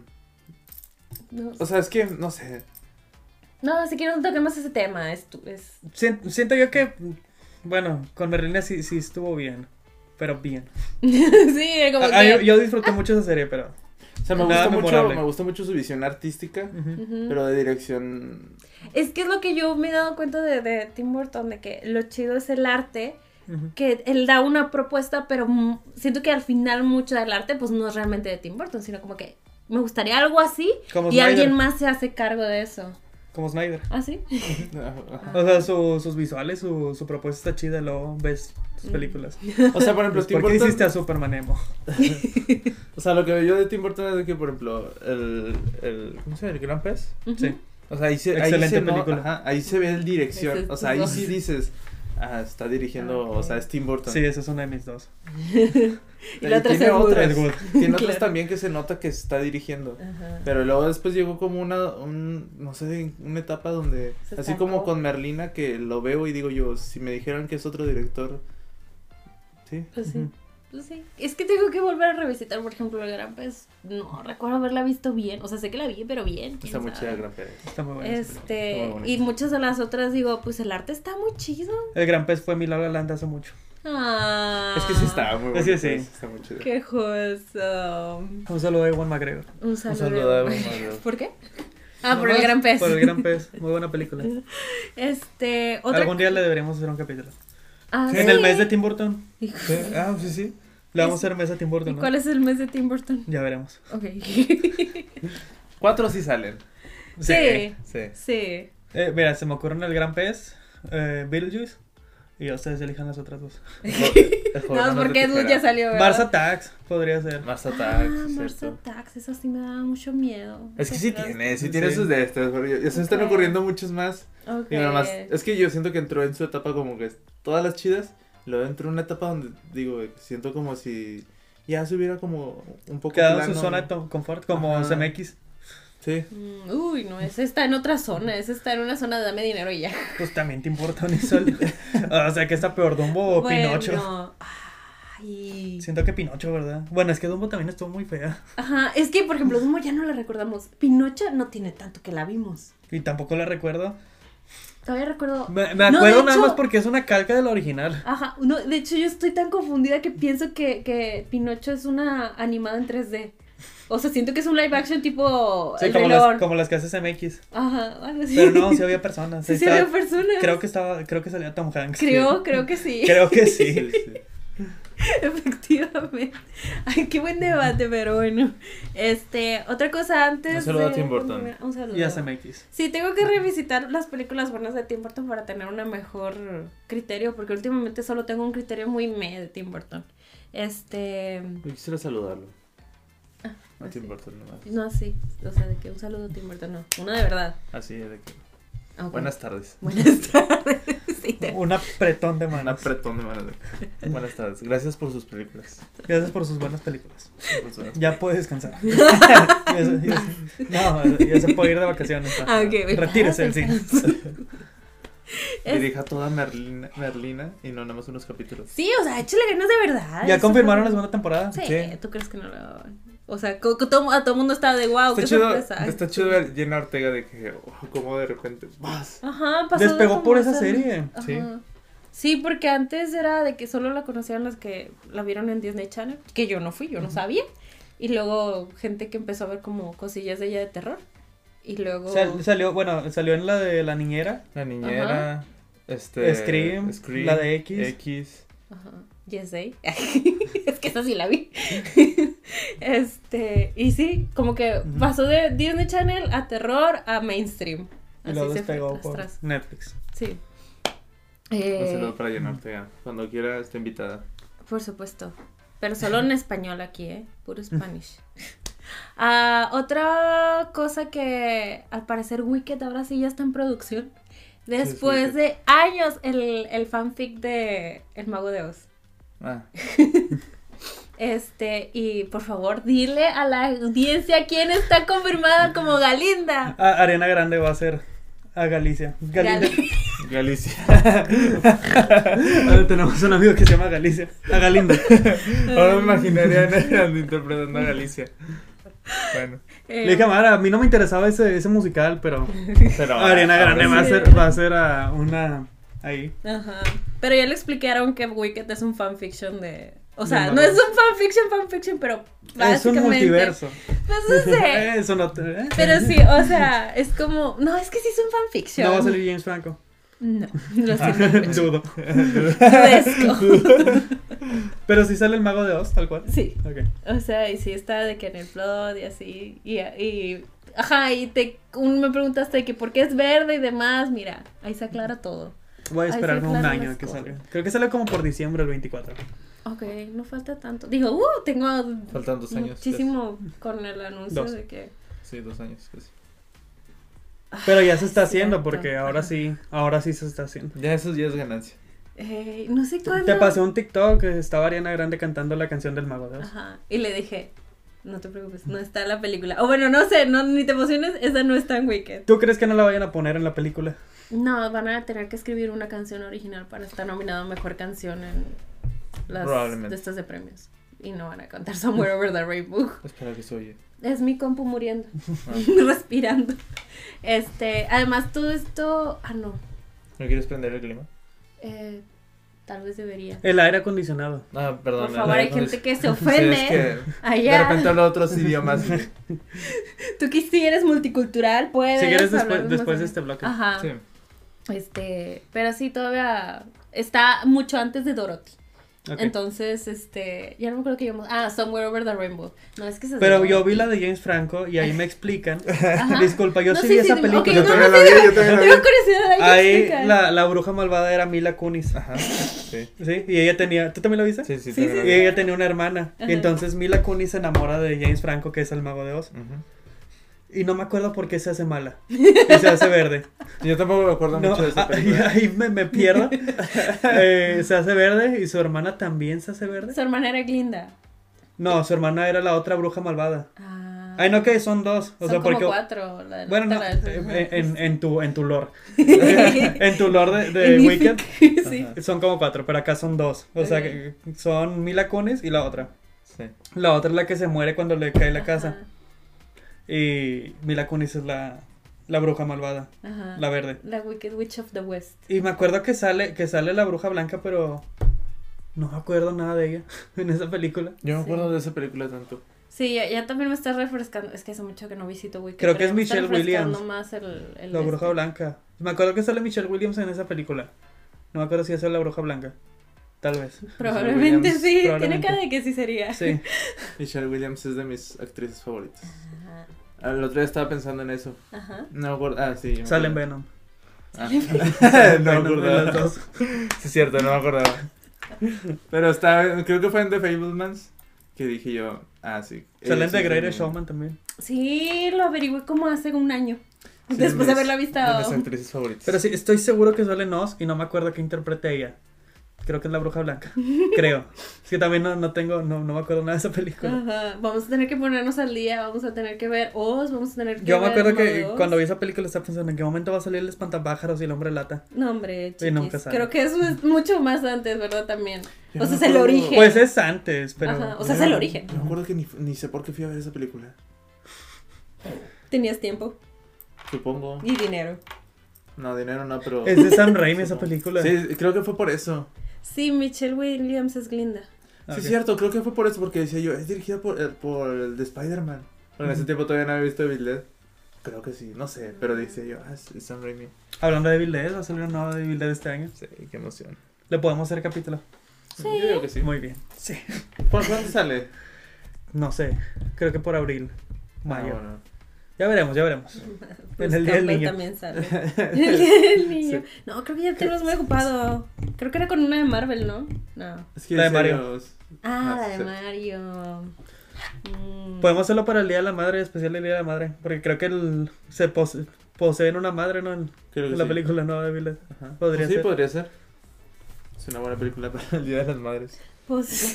No, o sea, es que, no sé. no, si quiero no toquemos ese tema. Siento yo que, bueno, con Merlina sí estuvo bien. Pero bien. Sí, como que... Yo disfruté mucho esa serie, pero. O sea, me Nada memorable. gusta mucho su visión artística, Ujú. Ujú. pero de dirección. Es que es lo que yo me he dado cuenta de Tim Burton, de que lo chido es el arte, Ujú. que él da una propuesta, pero siento que al final mucho del arte pues no es realmente de Tim Burton, sino como que me gustaría algo así Como y Snyder. alguien más se hace cargo de eso. Como Snyder. ¿Ah, sí? O sea, sus visuales, su propuesta está chida, luego ves sus películas. O sea, por ejemplo, Pues, Tim ¿por qué Burton. hiciste a Superman emo? O sea, lo que yo de Tim Burton es de que, por ejemplo, ¿cómo se llama? ¿El Gran Pez? Ujú. Sí. O sea, ahí se Excelente no- película. ajá, ahí se ve el dirección. Ese es O sea, ahí tu sí dos. dices, está dirigiendo, Ok. o sea, es Tim Burton. Sí, esa es una de mis dos. Y la otra es tiene Ed Wood. otras, Ed Wood. tiene otras Claro. también que se nota que se está dirigiendo. Ajá. Pero luego después llegó como no sé, una etapa donde, Se así estancó. como con Merlina, que lo veo y digo yo, si me dijeran que es otro director, sí. Pues sí. Ujú. Pues sí. Es que tengo que volver a revisitar, por ejemplo, el Gran Pez. No recuerdo haberla visto bien. O sea, sé que la vi, pero bien. quién Está muy sabe. chida el Gran Pez. Está muy buena. esa película. Está muy bonita. Y muchas de las otras digo, pues el arte está muy chido. El Gran Pez fue Milagro Land hace mucho. Ah, Es que sí está muy Es bonito. que sí. Está muy chido. Qué wholesome. Un saludo a Ewan McGregor. Un saludo. saludo a Ewan McGregor. ¿Por qué? Ah, por Nomás el Gran Pez. Por el Gran Pez. Muy buena película. Otra... Algún día le deberíamos hacer un capítulo. Ah, En sí. el mes de Tim Burton. Hijo. Sí, sí. Le vamos a hacer mes a Tim ¿Y Burton, ¿no? cuál es el mes de Tim Burton? Ya veremos. Ok. 4 sí salen. Sí. Sí. Sí. Mira, se me ocurren el Gran Pez, Beetlejuice, y ya ustedes elijan las otras dos. No, porque Ed Wood ya salió, ¿verdad? Mars Attacks podría ser. Mars Attacks, Mars cierto. Attacks, eso sí me da mucho miedo. Es que sí Sí. tiene sus de estas, pero ya se me están Ok. ocurriendo muchos más. Ok. Y nada más, es que yo siento que entró en su etapa como que todas las chidas, luego entró en una etapa donde, digo, siento como si ya se hubiera como un poco Quedado en su plano. zona de confort, como Ajá. CMX. Sí. Uy, no, ese está en otra zona, ese está en una zona de dame dinero y ya. Pues también Tim Burton hizo el... O sea, que está peor, Dumbo o Pinocho. Bueno, ay. Siento que Pinocho, ¿verdad? Bueno, es que Dumbo también estuvo muy fea. Ajá, es que por ejemplo, Dumbo ya no la recordamos. Pinocha no tiene tanto que la vimos. Y tampoco la recuerdo. Todavía recuerdo. Me No, acuerdo de nada hecho- más porque es una calca de la original. Ajá, no, de hecho yo estoy tan confundida que pienso que Pinocho es una animada en 3D. O sea, siento que es un live action tipo Sí, El como Rey León. como las que hace CMX. Ajá, algo así. Pero no, sí había personas. Sí, Ahí sí estaba- había personas. Creo que salía Tom Hanks. Creo que sí. Creo que Sí, sí. sí. Efectivamente. Ay, qué buen debate, pero bueno. Otra cosa antes. Un saludo a Tim Burton. Un saludo. Y a CMX. Sí, tengo que revisitar las películas buenas de Tim Burton para tener un mejor criterio, porque últimamente solo tengo un criterio muy de Tim Burton. Yo quisiera saludarlo. A Pues Tim sí. Burton nomás. No, sí. O sea, de que un saludo a Tim Burton, no. Uno de verdad. Así de que. Ok. Buenas tardes. Buenas tardes. Sí, Un apretón de Un manos. apretón de manos. Buenas tardes. Gracias por sus películas. Gracias por sus buenas películas. Por sus- Ya puede descansar. Ya se puede ir de vacaciones. Ah, ok. Retírese del cine. Dirija toda Merlina y no nada más unos capítulos. Sí, o sea, échale ganas de verdad. ¿Ya Eso confirmaron la fue- segunda temporada? Sí, Sí. ¿tú crees que no lo...? O sea, a todo el mundo estaba de wow, qué Está chido, sorpresa. está chido ver Jenna Ortega de que, como de repente, vas. Ajá, pasó de Despegó como por esa ser- serie. Ajá. Sí. Sí, porque antes era de que solo la conocían los que la vieron en Disney Channel, que yo no fui, yo no sabía. Y luego gente que empezó a ver como cosillas de ella de terror. Y luego... Salió en la de la niñera. La niñera, Scream, la de X. Ajá. Yes, Day. Es que esa sí la vi. Y sí, como que pasó de Disney Channel a terror a mainstream. Y luego se despegó fue por tras. Netflix. Sí. Un saludo para Jenna Ortega. Cuando quiera, está invitada. Por supuesto. Pero solo en español aquí, puro Spanish. Otra cosa que al parecer Wicked ahora sí ya está en producción. Después Wicked. de años el fanfic de El Mago de Oz. Ah, Y por favor, dile a la audiencia quién está confirmada como Galinda. Ariana Grande va a ser a Galicia. Galinda. Galicia. Tenemos un amigo que se llama Galicia. A Galinda. Ahora me imaginaría interpretando a Galicia. Bueno, Eh, Le dije, Mara, a mí no me interesaba ese musical, pero pero Ariana Grande ahora sí. va a ser a una ahí. Ajá. Pero ya le explicaron que Wicked es un fanfiction de... O sea, De no Mago. es un fanfiction, pero Es un básicamente... multiverso. Pues no sé. Eso no Pero sí, o sea, es como... No, es que sí es un fanfiction. No va a salir James Franco. No, lo siento. Dudo. Fresco. Pero sí sale el Mago de Oz, tal cual. Sí. Ok. O sea, y sí está de que en el plot y así. Ajá, y me preguntaste de que por qué es verde y demás. Mira, ahí se aclara todo. Voy a Ay, esperarme sí, un claro, año las que cosas. salga. Creo que sale como por diciembre el 24. Ok, no falta tanto. Digo, tengo Faltan 2 años. muchísimo con el anuncio 2. de que... Sí, 2 años. Casi. Pero ya se está haciendo Cierto. porque ahora sí se está haciendo. Ya eso ya es ganancia. No sé cuándo... Te pasé un TikTok que estaba Ariana Grande cantando la canción del Mago de Oz. Ajá, y le dije, no te preocupes, no está en la película. O bueno, no sé, ni te emociones, esa no está en Wicked. ¿Tú crees que no la vayan a poner en la película? No, van a tener que escribir una canción original para estar nominado a Mejor Canción en las Probablemente. de estas de premios. Y no van a cantar Somewhere Over the Rainbow. Espera que se oye. Es mi compu muriendo, Ah. respirando. Además todo esto... no. ¿No quieres prender el clima? Tal vez debería. El aire acondicionado. Ah, perdón. Por favor, hay gente que se ofende. Sí, es que de Allá. repente hablo otros idiomas. Tú que sí eres multicultural, puedes Si quieres hablar después de más- este bloque. Ajá. Sí. Pero sí, todavía está mucho antes de Dorothy. Ok. Entonces, ya no me acuerdo que íbamos. Somewhere Over the Rainbow. No, es que se Pero yo vi la de James Franco y ahí me explican. Ajá. Disculpa, yo No, sí sí, vi sí, esa sí, película. ok, Yo no, también no, la vi, sí, yo también la Tengo vi. curiosidad, Ahí explica. la bruja malvada era Mila Kunis. Ajá. Sí. Sí, y ella tenía. ¿Tú también lo viste? Sí, sí, Sí, también la Y vi. ella tenía una hermana. Ajá. Y entonces Mila Kunis se enamora de James Franco, que es el Mago de Oz. Ujú. Y no me acuerdo por qué se hace mala. Y se hace verde. Yo tampoco me acuerdo No, mucho de esa película. ahí me pierdo. Se hace verde y su hermana también se hace verde. Su hermana era Glinda. No, su hermana era la otra bruja malvada. Ah. Ay, no, que son dos. O Son sea, como porque. 4. La de Bueno, no, la de- en tu lore. En tu lore de En mi Wicked fic, sí. Ajá. son como 4, pero acá son 2. O sea, Ok. que son Mila Kunis y la otra. Sí. La otra es la que se muere cuando le cae la casa. Ajá, Y Mila Kunis es la bruja malvada, ajá. la verde. La Wicked Witch of the West. Y me acuerdo que sale la bruja blanca, pero no me acuerdo nada de ella en esa película. Yo me Sí. acuerdo de esa película tanto. Sí, ya también me estás refrescando. Es que hace mucho que no visito Wicked. Creo que pero es me está Michelle refrescando Williams. más el La bruja blanca. Me acuerdo que sale Michelle Williams en esa película. No me acuerdo si esa es la bruja blanca. Tal vez. Probablemente Williams, sí, probablemente. tiene cara de que sí sería. Sí. Michelle Williams es de mis actrices favoritas. Ajá. El otro día estaba pensando en eso. Ajá. No me acuerdo. Ah, sí. me Sale en acuerdo. Venom. Ah. No me Venom de acordaba. las dos. Sí, es cierto, no me acordaba. Pero estaba, creo que fue en The Fablemans que dije yo, sí. Sale en ella The sí Greatest mi- Showman también. Sí, lo averigüé como hace un año. sí, Después de mis- haberla visto. De mis actrices favoritas. Pero sí, estoy seguro que sale en Oz y no me acuerdo qué interpreta ella. Creo que es la Bruja Blanca. Creo. Es que también no me acuerdo nada de esa película. Ajá. Vamos a tener que ponernos al día, vamos a tener que ver Oz, vamos a tener que Yo me ver acuerdo Mago de que Oz. cuando vi esa película estaba pensando en qué momento va a salir el espantapájaros y el hombre lata. No, hombre, Y nunca chiquis. sale. Creo que eso es mucho más antes, ¿verdad? También. Yo O sea, me es el acuerdo- origen. Pues es antes, pero... Ajá, o sea, es el origen. Yo me acuerdo que ni sé por qué fui a ver esa película. Tenías tiempo Supongo. y dinero. No, dinero no, pero. Es de Sam Raimi esa película. Sí, creo que fue por eso. Sí, Michelle Williams es Glinda. Ah, Sí, ok. es cierto, creo que fue por eso, porque decía yo, es dirigida por el de Spider-Man. Pero en ese tiempo todavía no había visto Evil Dead. Creo que sí, no sé, pero decía yo, es Sam Raimi. Hablando de Evil Dead, va a salir una nueva de Evil Dead este año. Sí, qué emoción. ¿Le podemos hacer capítulo? Sí. Yo digo que sí. Muy bien. Sí. ¿Por cuándo sale? No sé, creo que por abril, mayo. Ah, bueno. Ya veremos, ya veremos. Bruce En el Día del Campbell Niño. también sale. El Día del Niño. Sí. No, creo que ya tenemos muy ocupado. Creo que era con una de Marvel, ¿no? No. Es que La de en Mario. serio, La de sí. Mario. Podemos hacerlo para el Día de la Madre, especial del Día de la Madre. Porque creo que poseen una madre, ¿no? En Creo que la sí. película nueva de Evil Dead. Ajá. Podría Sí, ser. podría ser. Es una buena película para el Día de las Madres. Pues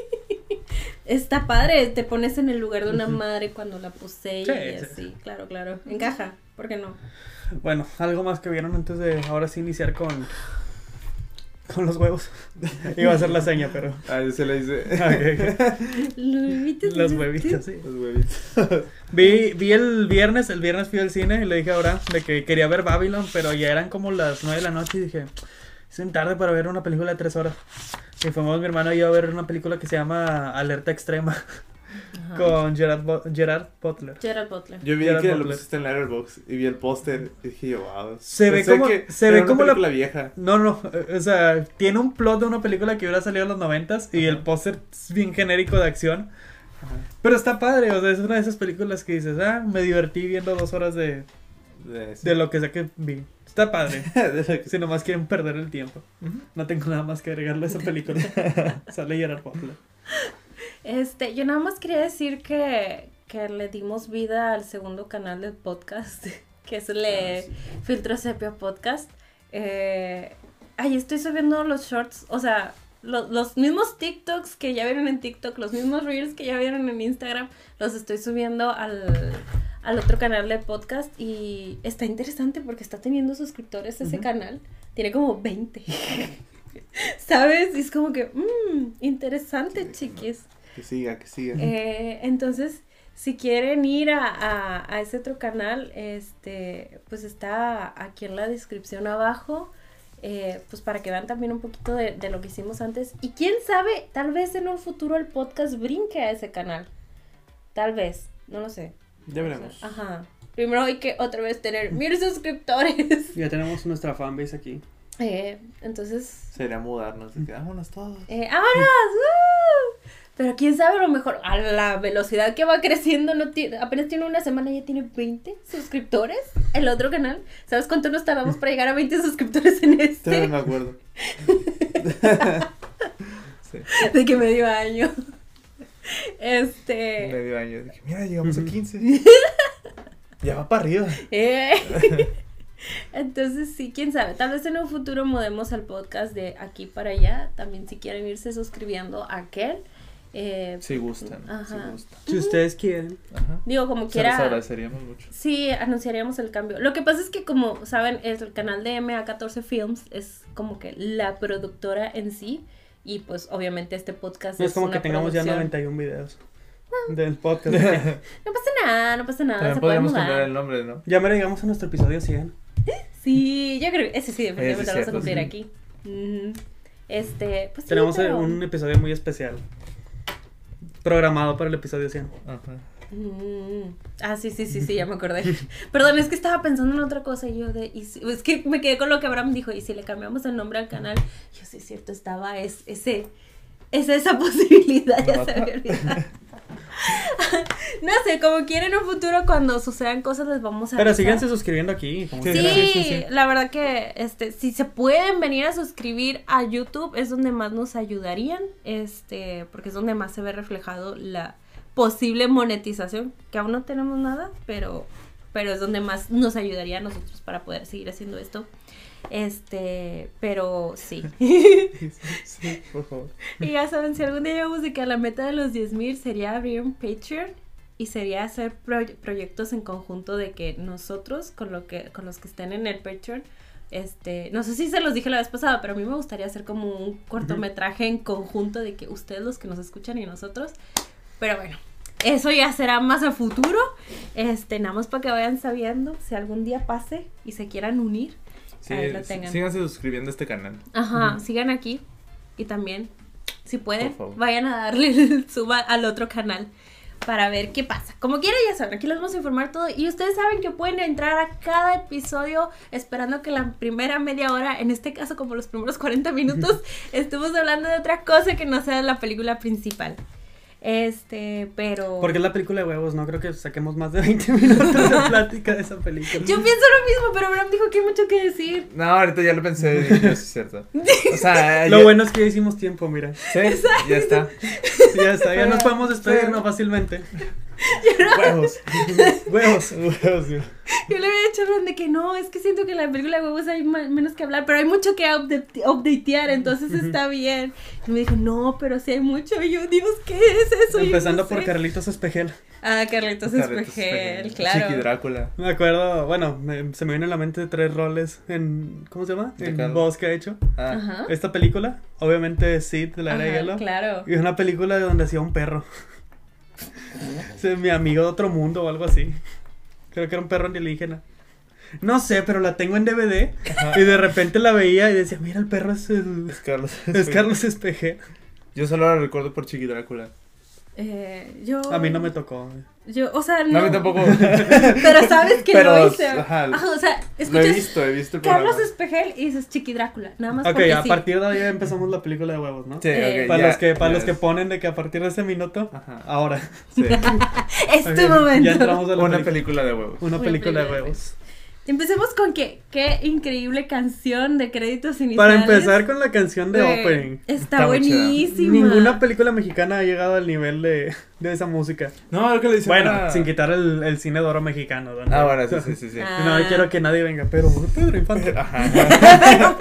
está padre, te pones en el lugar de una madre cuando la posee Sí, y sí. así, claro, encaja, ¿por qué no? Bueno, algo más que vieron antes de ahora sí iniciar con los huevos. Iba a hacer la seña, pero... Yo se la hice. Los huevitos, sí. Los huevitos. Vi el viernes fui al cine y le dije a Abraham de que quería ver Babylon, pero ya eran como las 9 de la noche y dije, es bien tarde para ver una película de 3 horas. Y fuimos mi hermano y yo a ver una película que se llama Alerta Extrema con Gerard Butler. Gerard Butler. Yo vi Gerard que lo Butler. pusiste en Letterboxd y vi el póster y dije yo, wow. Se ve Pensé como- que se era ve una como la- película vieja. No, o sea, tiene un plot de una película que hubiera salido en los 90s y el póster es bien genérico de acción. Ajá. Pero está padre, o sea, es una de esas películas que dices, me divertí viendo 2 horas de lo que sea que vi. Está padre. De lo que- Si nomás quieren perder el tiempo. Ujú. No tengo nada más que agregarle a esa película. Sale Gerard Butler. Yo nada más quería decir que le dimos vida al segundo canal del podcast, que es el sí. Filtro Sepia Podcast. Ahí estoy subiendo los shorts, o sea, los mismos TikToks que ya vieron en TikTok, los mismos Reels que ya vieron en Instagram, los estoy subiendo al otro canal del podcast y está interesante porque está teniendo suscriptores ese Ujú. canal. Tiene como 20. ¿Sabes? Y es como que, interesante, chiquis. Que siga, que siga. Entonces, si quieren ir a ese otro canal, pues está aquí en la descripción abajo, pues para que vean también un poquito de lo que hicimos antes. Y quién sabe, tal vez en un futuro el podcast brinque a ese canal. Tal vez, no lo sé. Ya veremos. Ajá. Primero hay que otra vez tener 1000 suscriptores. Ya tenemos nuestra fanbase aquí. Entonces, Sería mudarnos. De que, vámonos todos. ¡vámonos! ¡Woo! Pero quién sabe, a lo mejor a la velocidad que va creciendo, apenas tiene una semana y ya tiene 20 suscriptores. El otro canal, ¿sabes cuánto nos tardamos para llegar a 20 suscriptores en Todavía me acuerdo. Sí. De que medio año. Medio año. Dije, mira, llegamos a 15. Ya va para arriba. Entonces sí, quién sabe, tal vez en un futuro mudemos al podcast de aquí para allá. También si quieren irse suscribiendo a aquel. Si gustan. Ajá. Si gustan. Si ustedes quieren. Ajá. Digo, como Se los quiera. agradeceríamos mucho. Sí, anunciaríamos el cambio. Lo que pasa es que, como saben, el canal de MA14 Films es como que la productora en sí. Y pues obviamente este podcast No es como que una tengamos ya producción. 91 videos del podcast. No pasa nada, no pasa nada. También Se puede podríamos cambiar mudar. el nombre, ¿no? Ya me llegamos a nuestro episodio 100. Sí, yo creo que ese sí, definitivamente Ese lo vamos a cierto, cumplir sí. aquí. Ujú. Pues sí, Tenemos pero- un episodio muy especial. Programado para el episodio 100. Ajá. Sí, ya me acordé. Perdón, es que estaba pensando en otra cosa y yo es que me quedé con lo que Abraham dijo, y si le cambiamos el nombre al canal, yo sí es cierto, estaba esa posibilidad, ya se había olvidado. No sé, como quieren en un futuro cuando sucedan cosas les vamos a Pero avisar. síganse suscribiendo aquí. Como Sí, quieran. la verdad que si se pueden venir a suscribir a YouTube es donde más nos ayudarían, porque es donde más se ve reflejado la posible monetización, que aún no tenemos nada, pero es donde más nos ayudaría a nosotros para poder seguir haciendo esto. Pero sí. Sí, por favor. Y ya saben, si algún día llegamos de que a la meta de los 10,000 sería abrir un Patreon y sería hacer proyectos en conjunto de que nosotros con los que estén en el Patreon, no sé si se los dije la vez pasada, pero a mí me gustaría hacer como un cortometraje en conjunto de que ustedes los que nos escuchan y nosotros. Pero bueno, eso ya será más a futuro. Nada más para que vayan sabiendo si algún día pase y se quieran unir. Sí, ahí lo tengan. síganse suscribiendo a este canal. Ajá, sigan aquí. Y también, si pueden, Por favor. vayan a darle el suba al otro canal para ver qué pasa. Como quiera, ya saben, aquí les vamos a informar todo. Y ustedes saben que pueden entrar a cada episodio esperando que la primera media hora, en este caso como los primeros 40 minutos, estemos hablando de otra cosa que no sea la película principal. Pero... Porque es la película de huevos, no creo que saquemos más de 20 minutos de plática de esa película. Yo pienso lo mismo, pero Abraham dijo que hay mucho que decir. No, ahorita ya lo pensé y dije, sí es cierto. O sea, Lo bueno es que ya hicimos tiempo, mira. Sí, ya está. Ya está, ya nos podemos despedirnos fácilmente. Huevos. Huevos. Yo le había dicho a Ron de que no, es que siento que en la película de huevos hay menos que hablar, pero hay mucho que updatear, entonces está bien. Y me dijo, no, pero sí hay mucho. Y yo, Dios, ¿qué es eso? Empezando Yo no por sé. Carlitos Espejel. Ah, Carlitos Espejel, claro. Chiqui Drácula. Me acuerdo, bueno, se me viene a la mente 3 roles en, ¿cómo se llama? En Ricardo. voz que ha hecho. Ah, Ajá. Esta película, obviamente Sid de la Era de Ajá, Hielo. claro. Y es una película de donde hacía un perro. Mi amigo de otro mundo o algo así. Creo que era un perro alienígena. No sé, pero la tengo en DVD. Ajá. Y de repente la veía y decía, mira, el perro es es Carlos. Carlos Espejel. Yo solo lo recuerdo por Chiqui Drácula. Yo... A mí no me tocó. O sea, No, no. a mí tampoco. Pero sabes que Pero, lo hice. ajá, o sea, Lo he escuchas visto el Carlos programa. Espejel y dices Chiqui Drácula. Nada más Ok, porque a sí. partir de ahí empezamos la película de huevos, ¿no? Sí, Eh, ok, Para ya, los que ya ponen de que a partir de ese minuto, Ajá. ahora. Sí. Es tu Ok, momento. Ya entramos a la Una película. película de huevos. Una Una película de película de huevos. Empecemos con qué increíble canción de créditos Para iniciales. empezar con la canción de Güey, opening. Está muy chida. buenísima. Ninguna película mexicana ha llegado al nivel de esa música. No, lo que le dicen Bueno, era- sin quitar el cine de oro mexicano. ¿no? Ah, bueno, sí. Ah. No, quiero que nadie venga, pero Pedro Infante. Ajá.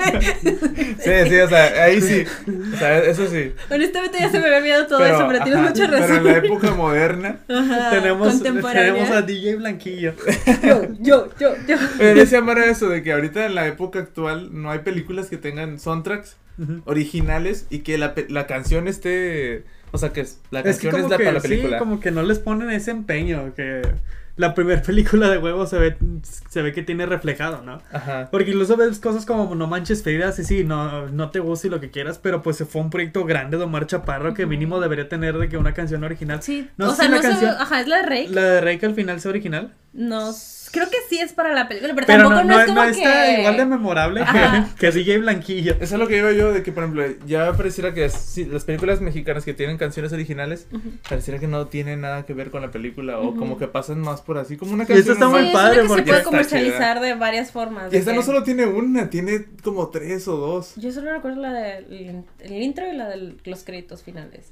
Sí, o sea, ahí sí. O sea, eso sí. Honestamente ya se me había olvidado todo eso, pero tienes ajá, mucha razón. Pero en la época moderna, Ajá, tenemos contemporánea. a DJ Blanquillo. Yo. decía Mara eso de que ahorita en la época actual no hay películas que tengan soundtracks originales y que la canción esté, o sea, que la canción es como la que, para la película. Sí, como que no les ponen ese empeño que la primera película de huevos se ve que tiene reflejado, ¿no? Ajá. Porque incluso ves cosas como No Manches Frida, sí, no te gusta y lo que quieras, pero pues se fue un proyecto grande de Omar Chaparro que mínimo debería tener de que una canción original. Sí, No o sé sea, si la no sé, canción- ajá, es la de Rake. La de Rey que al final sea original. No, creo que sí es para la película, pero, Pero tampoco no es como está que... igual de memorable Ajá. que DJ Blanquillo. Eso es lo que iba yo, de que, por ejemplo, ya pareciera que sí, las películas mexicanas que tienen canciones originales, pareciera que no tienen nada que ver con la película, o como que pasan más por así, como una eso canción está muy Sí, normal. es una padre que porque se puede está comercializar de varias formas. Y esta de no que- solo tiene una, tiene como 3 o 2. Yo solo recuerdo la del el intro y la de los créditos finales.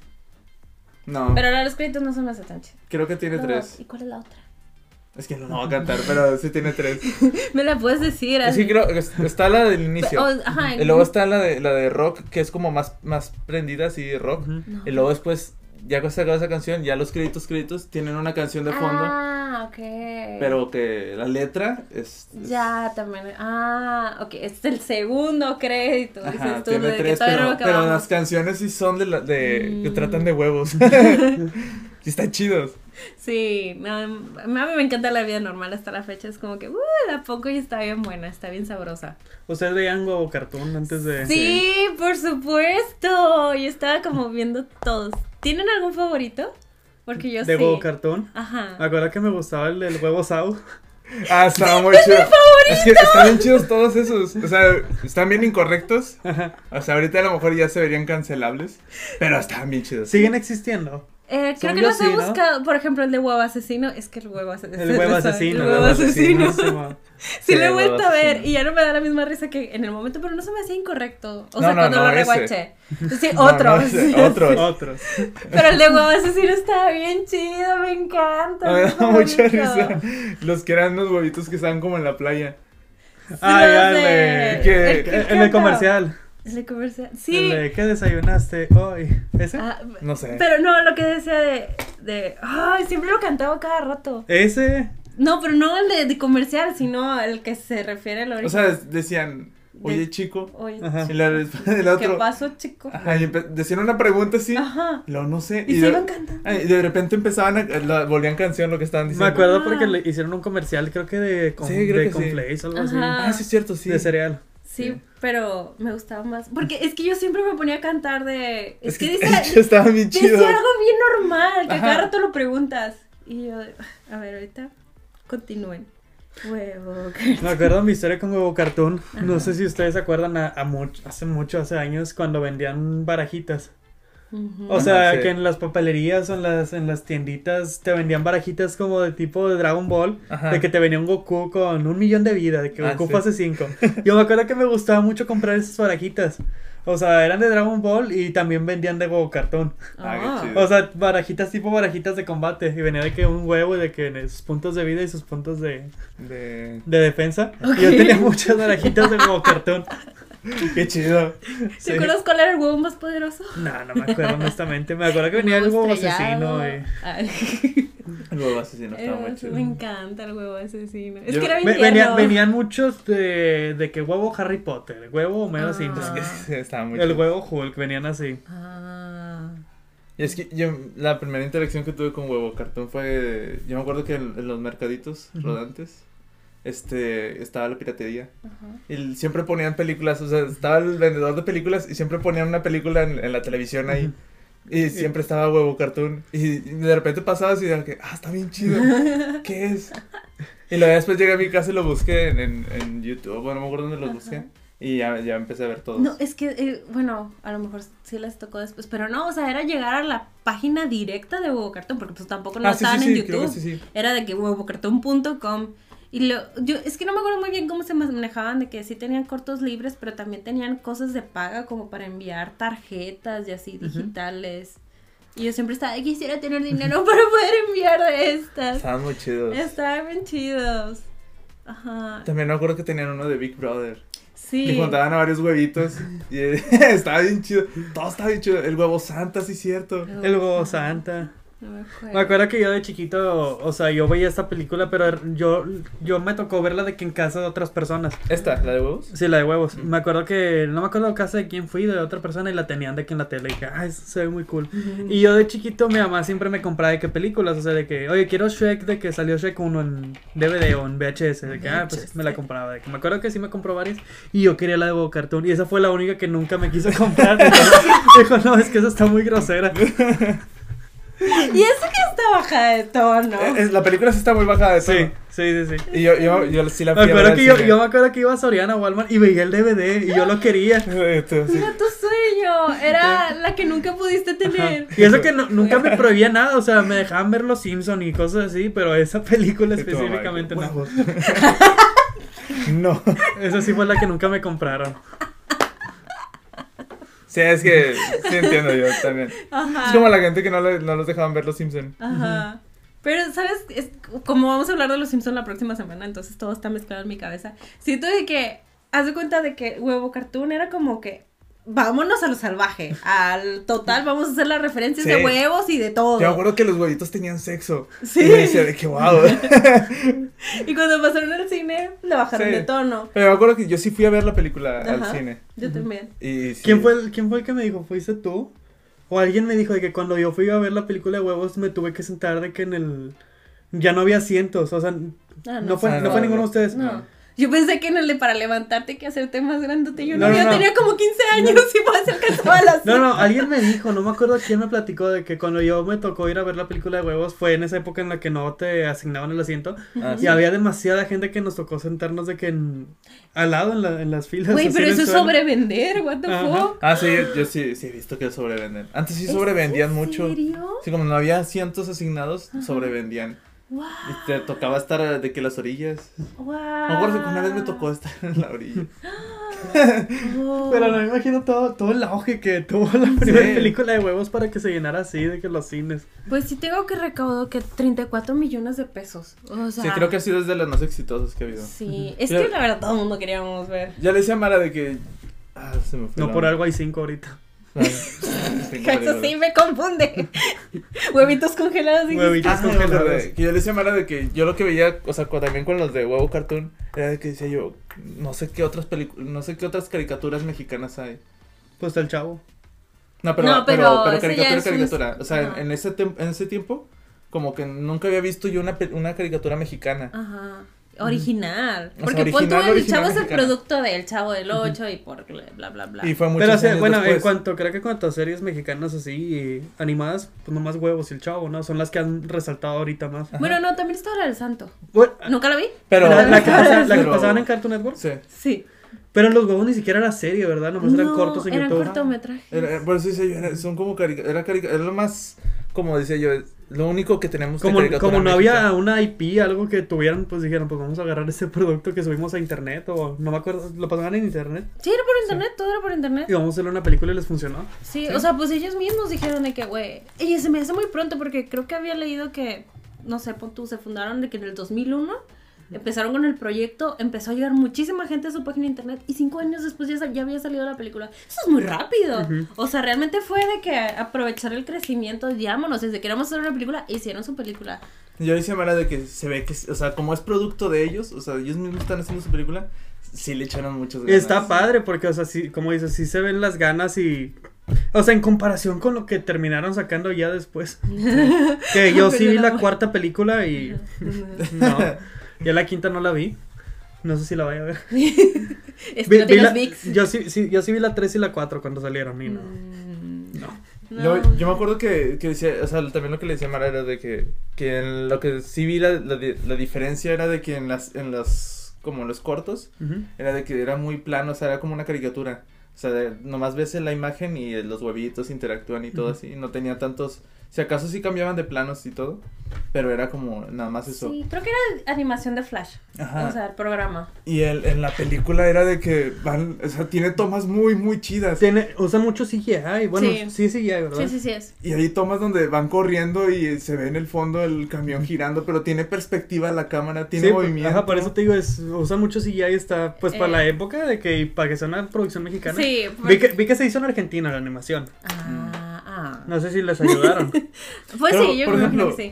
No, Pero la de los créditos no se me hace tan chida. creo que tiene No, 3. ¿y cuál es la otra? Es que no voy a cantar, pero sí tiene 3. Me la puedes decir Es así. que creo que está la del inicio. Ajá. Y luego está la de rock, que es como más prendida, así de rock. Ujú. No. Y luego después, ya que se acaba esa canción, ya los créditos tienen una canción de fondo. Ah, ok. Pero que la letra es Ya, también. Ah, ok. Este es el segundo crédito. Ajá, Dices tú, tiene de que 3, todavía no pero, lo pero acabamos. las canciones sí son que Mm. tratan de huevos. Sí están chidos. Sí, no, a mí me encanta la vida normal hasta la fecha. Es como que, la pongo y está bien buena, está bien sabrosa. ¿Ustedes veían Huevo Cartoon antes de...? Sí, por supuesto. Yo estaba como viendo todos. ¿Tienen algún favorito? Porque yo de sí. huevo cartón. Me Ajá. acuerdo que me gustaba el del huevo Sau. Ah, estaba muy chido. Es que están bien chidos todos esos. O sea, están bien incorrectos. Ajá. O sea, ahorita a lo mejor ya se verían cancelables. Pero estaban bien chidos. Siguen existiendo. Creo Según que yo los he sí, ¿no? buscado. Por ejemplo, el de huevo asesino. Es que el huevo asesino. El huevo asesino. El huevo asesino. Simón. Sí, Sí, lo he el huevo vuelto a ver asesino. y ya no me da la misma risa que en el momento, pero no se me hacía incorrecto. O No, sea, no, cuando no, lo ese. rewatché. Sí, No, otro. no, ese, otros. Otros. Pero el de huevo asesino estaba bien chido, me encanta. Me es da mi mucha favorito. risa. Los que eran unos huevitos que estaban como en la playa. Ah, Los ya, de- el que- de. que El de canta. comercial. El de comercial. El Sí. de ¿qué desayunaste hoy? ¿Ese? Ah, No sé. pero no, lo que decía ay, siempre lo cantaba cada rato. Ese. No, pero no el de comercial, sino el que se refiere al origen. O sea, decían, oye, chico. Oye, Ajá. Y el ¿qué otro. pasó, chico? Ajá, y decían una pregunta así. Ajá. Lo no sé. Y se de, iban cantando. y de repente empezaban volvían canción lo que estaban Me diciendo. acuerdo Ah. porque le hicieron un comercial, creo que de Sí, creo de que sí. Conflace, algo así. Ajá. Ah, sí, es cierto, sí. De cereal. Sí, Sí. pero me gustaba más. Porque es que yo siempre me ponía a cantar de. Es que dice, estaba bien chido. decía algo bien normal, que Ajá. cada rato lo preguntas. Y yo, a ver, ahorita continúen. Huevo. Me acuerdo mi historia con huevo cartoon. No Ajá. sé si ustedes se acuerdan hace años, cuando vendían barajitas. Ujú. O sea, sí. que en las papelerías o en las tienditas te vendían barajitas como de tipo de Dragon Ball. Ajá. De que te venía un Goku con 1,000,000 de vida, de que Ah, Goku sí. fase 5. Yo me acuerdo que me gustaba mucho comprar esas barajitas. O sea, eran de Dragon Ball y también vendían de huevo cartón. Ah, qué chido. O sea, barajitas tipo barajitas de combate. Y venía de que un huevo y de que sus puntos de vida y sus puntos de defensa. Y yo Ok. tenía muchas barajitas de huevo cartón. Qué chido. ¿Te Sí. acuerdas cuál era el huevo más poderoso? No me acuerdo honestamente. Me acuerdo que venía el huevo asesino. Ay, El huevo asesino estaba muy me chido. encanta el huevo asesino. Es Yo- que era bien tierno. Venían muchos de que huevo Harry Potter, huevo Homero Ah. Simpson, Es que sí, estaba muy el chido. huevo Hulk, venían así. Ah. Y es que yo, la primera interacción que tuve con huevo cartón fue, yo me acuerdo que en los mercaditos Ujú. rodantes, estaba la piratería. Ajá. Y siempre ponían películas, o sea, estaba el vendedor de películas y siempre ponían una película en la televisión ahí. Y siempre estaba huevo cartoon. Y de repente pasabas y era que, está bien chido. ¿Qué es? Y luego después llegué a mi casa y lo busqué en YouTube. Bueno, no me acuerdo dónde los busqué. Y ya empecé a ver todos. No, es que, bueno, a lo mejor sí les tocó después, pero no, o sea, era llegar a la página directa de Huevo Cartón, porque pues tampoco no sí, estaban sí, en sí, creo YouTube. que sí. Era de que huevocartón.com. Y yo, es que no me acuerdo muy bien cómo se manejaban, de que sí tenían cortos libres, pero también tenían cosas de paga como para enviar tarjetas y así digitales. Y yo siempre estaba, quisiera tener dinero para poder enviar de estas. Estaban muy chidos. Estaban bien chidos. Ajá. También me acuerdo que tenían uno de Big Brother. Sí. Y juntaban a varios huevitos. Y estaba bien chido. Todo estaba bien chido. El huevo Santa, sí, cierto. El huevo Santa. No me acuerdo. Me acuerdo que yo de chiquito, o sea, yo veía esta película, pero yo me tocó verla de que en casa de otras personas. ¿Esta, la de huevos? Sí, la de huevos. Me acuerdo que, no me acuerdo casa de quién fui, de otra persona, y la tenían de que en la tele, y dije, eso se ve muy cool. Y yo de chiquito, mi mamá siempre me compraba de que películas, o sea, de que, oye, quiero Shrek, de que salió Shrek 1 en DVD o en VHS, de que, pues me la compraba, de que me acuerdo que sí me compró varias, y yo quería la de Huevo Cartoon, y esa fue la única que nunca me quiso comprar. Dijo, no, es que esa está muy grosera. Y eso que está bajada de tono. La película sí está muy bajada de tono. Sí. Y yo sí la Me fui a ver acuerdo al que cine. yo me acuerdo que iba a Soriana o Walmart y veía el DVD y yo lo quería. Sí. Era tu sueño. Era la que nunca pudiste tener. Y eso que nunca me prohibía nada, o sea, me dejaban ver Los Simpson y cosas así, pero esa película Y tu mamá, específicamente no. huevos. No. Esa sí fue la que nunca me compraron. Sí, es que sí entiendo yo también. Ajá. Es como la gente que no los dejaban ver los Simpson. Ajá. Pero, ¿sabes? Como vamos a hablar de los Simpsons la próxima semana, entonces todo está mezclado en mi cabeza. Siento de que, haz de cuenta de que Huevo Cartoon era como que, vámonos a lo salvaje, al total, vamos a hacer las referencias Sí. de huevos y de todo. Yo me acuerdo que los huevitos tenían sexo. Sí. Y me decía de que wow. Y cuando pasaron al cine, le bajaron Sí. de tono. Pero me acuerdo que yo sí fui a ver la película Ajá. al cine. Yo también. Y sí. ¿Quién fue el que me dijo? ¿Fuiste tú? O alguien me dijo de que cuando yo fui a ver la película de huevos me tuve que sentar de que en el... Ya no había asientos, o sea, Ah, no fue Ah, ninguno de ustedes. No. Yo pensé que en el de para levantarte que hacerte más grandote. Yo No, no. tenía como 15 años y pues alcanzaba a las No, alguien me dijo, no me acuerdo quién me platicó de que cuando yo me tocó ir a ver la película de huevos fue en esa época en la que no te asignaban el asiento y Sí. había demasiada gente que nos tocó sentarnos de que al lado en las filas. Güey, así pero en el eso es suelo. sobrevender, what the Ajá. fuck. Ah, sí, yo sí he visto que sobrevenden. Antes sí ¿Es sobrevendían en mucho. serio? Sí, como no había asientos asignados, sobrevendían. Wow. Y te tocaba estar de que las orillas. Wow. Me acuerdo que una vez me tocó estar en la orilla. Oh. Pero no me imagino todo el auge que tuvo la primera Sí. película de huevos para que se llenara así de que los cines. Pues sí tengo que recaudó que 34 millones de pesos. O sea, Sí, creo que ha sido de las más exitosas que ha habido. sí, es Ya- que la verdad todo el mundo queríamos ver. Ya le decía a Mara de que. Ah, se me fue. No la por onda. algo hay 5 ahorita. Ah, sí, Eso sí me confunde. Huevitos congelados. dijiste. Huevitos. Ah, congelados. que yo le decía a Mara de que yo lo que veía, o sea, también con los de Huevo Cartoon, era de que decía yo, no sé qué otras no sé qué otras caricaturas mexicanas hay. Pues está el Chavo. No, pero ese ya es un- caricatura. O sea, Ajá. en ese tiempo, como que nunca había visto yo una caricatura mexicana. Ajá. Original. O sea, Porque pon tú, original el chavo es el mexicana. producto del Chavo del 8 y por bla bla bla. Y fue muchos Pero o sea, años bueno, en después. creo que cuanto a series mexicanas así animadas, pues nomás huevos y el Chavo, ¿no? Son las que han resaltado ahorita más. Bueno, no, también estaba la del Santo. Bueno, ¿Nunca la vi? Pero, la que pero- pasaban en Cartoon Network. Sí. Sí. Pero los huevos ni siquiera era serie, ¿verdad? Nomás eran No, cortos en eran YouTube. cortometrajes. Por eso decía yo, son como era lo más, como decía yo, lo único que tenemos de Como caricatura no había mexicana. una IP, algo que tuvieran, pues dijeron, pues vamos a agarrar ese producto que subimos a internet o no me acuerdo, lo pasaban en internet Sí, era por internet, todo era por internet. y vamos a hacerle una película y les funcionó. Sí, o sea, pues ellos mismos dijeron de que, güey, y se me hace muy pronto porque creo que había leído que, no sé, pon tú, se fundaron de que en el 2001 empezaron con el proyecto, empezó a llegar muchísima gente a su página de internet y 5 años después ya había salido la película. Eso es muy rápido. Ujú. O sea, realmente fue de que aprovechar el crecimiento, llámonos, desde que queríamos hacer una película, hicieron su película. Yo decía Mara de que se ve que, o sea, como es producto de ellos, o sea, ellos mismos están haciendo su película, sí le echaron muchas ganas. Está padre porque, o sea, sí, como dices, sí se ven las ganas y... O sea, en comparación con lo que terminaron sacando ya después. Que yo sí vi la cuarta película y... No, ya la quinta no la vi. No sé si la vaya a ver. Es que no tienes VIX. Yo sí vi la 3 y la 4 cuando salieron y no. Mm, No. no. Yo me acuerdo que decía, o sea, también lo que le decía Mara era de que en lo que sí vi la diferencia era de que en las como los cortos, Ujú. era de que era muy plano, o sea, era como una caricatura. O sea, nomás ves la imagen y los huevitos interactúan y todo Ujú. así. No tenía tantos... Si acaso sí cambiaban de planos y todo, pero era como nada más eso. Sí, creo que era animación de Flash. Ajá. O sea, el programa. Y en la película era de que van... O sea, tiene tomas muy, muy chidas. Usa mucho CGI. Bueno, Sí. sí es CGI, ¿verdad? Sí es. Y hay tomas donde van corriendo y se ve en el fondo el camión girando, pero tiene perspectiva la cámara, tiene Sí, movimiento. Ajá, por eso te digo, usa mucho CGI, está, pues para la época de que, para que sea una producción mexicana. Sí. Vi que se hizo en Argentina la animación. Ah. No sé si les ayudaron. Pues Pero, sí, yo por me imagino ejemplo, que sí.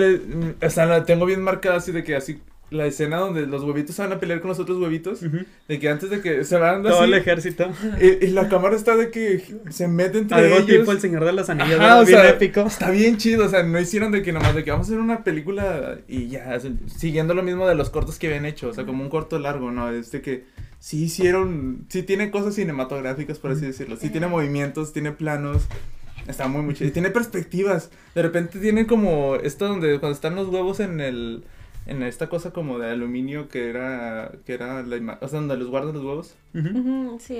O sea, la tengo bien marcada así de que así... La escena donde los huevitos se van a pelear con los otros huevitos, Ujú. de que antes de que se van Todo así... el ejército. Y la cámara está de que se mete entre Algo ellos. tipo El Señor de las Anillas, Ajá, ¿verdad? o Bien sea, épico. Está bien chido, o sea, no hicieron de que nomás de que vamos a hacer una película y ya, siguiendo lo mismo de los cortos que habían hecho, o sea, como un corto largo, ¿no? Es de que sí hicieron, sí tiene cosas cinematográficas, por así decirlo, sí tiene movimientos, tiene planos, está muy chido, y tiene perspectivas, de repente tiene como esto donde cuando están los huevos en esta cosa como de aluminio que era o sea, donde los guardan los huevos. Ujú. Ujú, sí,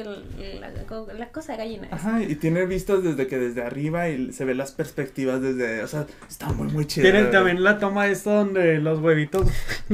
la cosa de gallina. Ajá, y tiene vistas desde arriba y se ve las perspectivas desde, o sea, está muy chido. Tienen también la toma esta donde los huevitos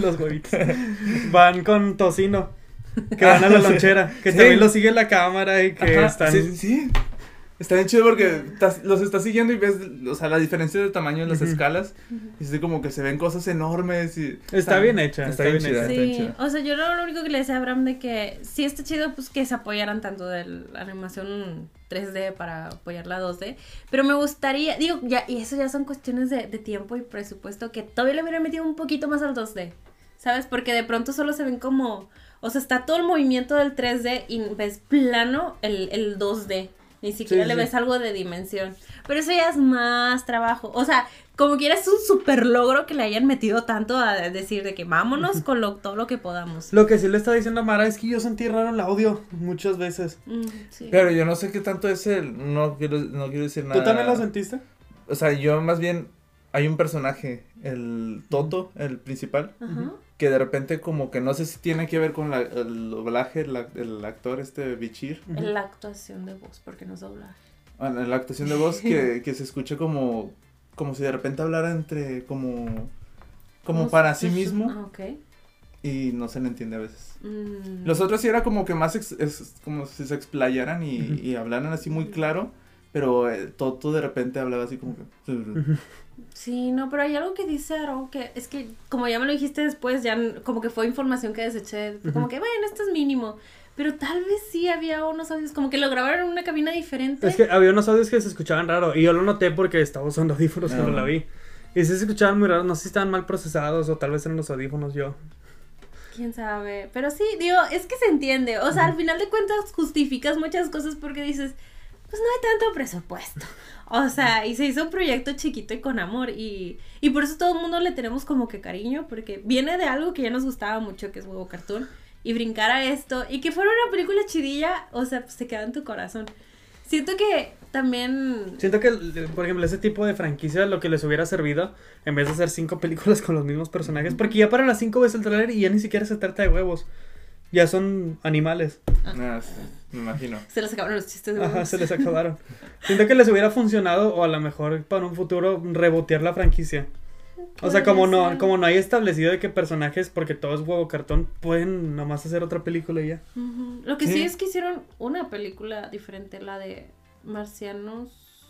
van con tocino, que van a la lonchera, que Sí. también lo sigue la cámara y que Ajá, están... sí. Está bien chido porque los estás siguiendo y ves, o sea, la diferencia de tamaño en las Ujú. escalas. Y así como que se ven cosas enormes y... Está bien hecha, Está está bien bien chida. hecha. Está Sí, chido. o sea, yo lo único que le decía a Abraham de que sí está chido pues que se apoyaran tanto de la animación 3D para apoyar la 2D, pero me gustaría, digo, ya, y eso ya son cuestiones de tiempo y presupuesto, que todavía le hubieran metido un poquito más al 2D, ¿sabes? Porque de pronto solo se ven como, o sea, está todo el movimiento del 3D y ves plano el 2D. Ni siquiera Sí, le sí. ves algo de dimensión. Pero eso ya es más trabajo. O sea, como quiera es un super logro que le hayan metido tanto a decir de que vámonos con todo lo que podamos. Lo que sí le está diciendo a Mara es que yo sentí raro el audio muchas veces. Sí. Pero yo no sé qué tanto es no quiero decir nada. ¿Tú también lo sentiste? O sea, yo más bien, hay un personaje, el Toto, el principal, Ajá. que de repente como que no sé si tiene que ver con el doblaje, el actor Bichir. La actuación de voz, porque no es doblaje. Bueno, la actuación de voz que se escucha como si de repente hablara como para sí mismo. Ah, ok. Y no se le entiende a veces. Los otros sí era como que más es como si se explayaran y hablaran así muy claro, pero Toto de repente hablaba así como que... Sí, no, pero hay algo que dice Aaron que es que, como ya me lo dijiste después, ya como que fue información que deseché, fue como que, bueno, esto es mínimo, pero tal vez sí había unos audios, como que lo grabaron en una cabina diferente. Es que había unos audios que se escuchaban raro, y yo lo noté porque estaba usando audífonos cuando la vi. Y sí se escuchaban muy raros, no sé si estaban mal procesados o tal vez eran los audífonos yo. Quién sabe, pero sí, digo, es que se entiende, o sea, al final de cuentas justificas muchas cosas porque dices, pues no hay tanto presupuesto, o sea, y se hizo un proyecto chiquito y con amor, y por eso todo el mundo le tenemos como que cariño, porque viene de algo que ya nos gustaba mucho, que es Huevo Cartoon, y brincar a esto, y que fuera una película chidilla, o sea, pues se queda en tu corazón. Siento que también... Siento que, por ejemplo, ese tipo de franquicia lo que les hubiera servido, en vez de hacer 5 películas con los mismos personajes, porque ya para las 5 ves el trailer y ya ni siquiera se trata de huevos, ya son animales. Sí, me imagino. Se les acabaron los chistes de huevos. Ajá, se les acabaron. Siento que les hubiera funcionado, o a lo mejor para un futuro, rebotear la franquicia. O sea, como no hay establecido de qué personajes, porque todo es huevo cartón, pueden nomás hacer otra película y ya. Lo que sí es que hicieron una película diferente, la de Marcianos.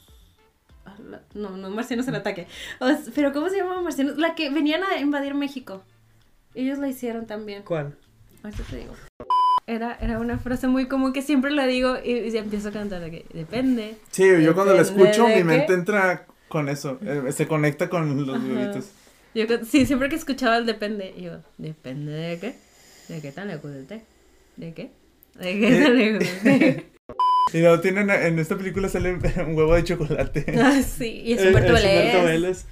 No, Marcianos al ataque. Pero ¿cómo se llama Marcianos? La que venían a invadir México. Ellos la hicieron también. ¿Cuál? Ahorita te digo. Era una frase muy común que siempre la digo y ya empiezo a cantar de que depende. Sí, yo cuando la escucho mi ¿de mente qué? entra con eso, se conecta con los huevitos. Sí, siempre que escuchaba el depende, yo, ¿depende de qué? ¿De qué tan lejos de té? ¿De qué? ¿De qué tan lejos de té? Y luego tienen, en esta película sale un huevo de chocolate. Ah, sí, y es Humberto Vélez.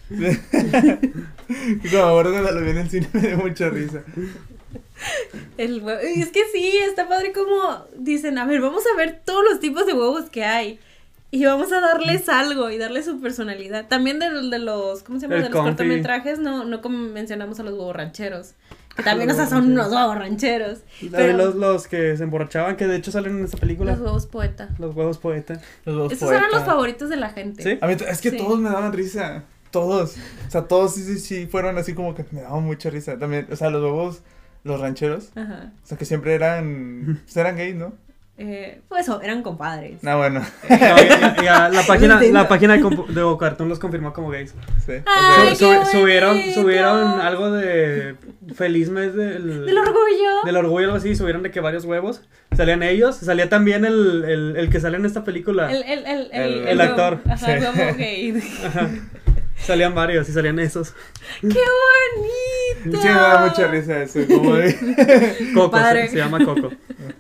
Y como ahora cuando lo vi en el cine me dio mucha risa. El huevo, y es que sí, está padre como dicen, a ver, vamos a ver todos los tipos de huevos que hay. Y vamos a darles algo y darles su personalidad. También de los, ¿cómo se llama? El De los comfy. cortometrajes, no como mencionamos a los huevos rancheros. Que también, o sea, son unos huevos rancheros. Pero los que se emborrachaban, que de hecho salen en esta película. Los huevos poeta. Los huevos poeta. Los huevos Esos poeta. eran los favoritos de la gente. ¿Sí? A mí es que Sí. todos me daban risa. Todos. O sea, todos sí fueron así como que me daban mucha risa. También, o sea, los huevos, los rancheros. Ajá. O sea, que siempre eran gays, ¿no? Pues eran compadres. No, bueno. No, ya la Entiendo. página de Cartoon los confirmó como gays. Sí. Ay, Su- qué subieron bonito. algo de feliz mes Del orgullo. del orgullo, algo así, subieron de que varios huevos. Salían ellos, salía también el que sale en esta película. El el actor. huevo. Ajá, el Sí. huevo gay. Ajá. Salían varios y salían esos. ¡Qué bonito! Sí, me da mucha risa eso. Como de... Coco, Padre. se llama Coco.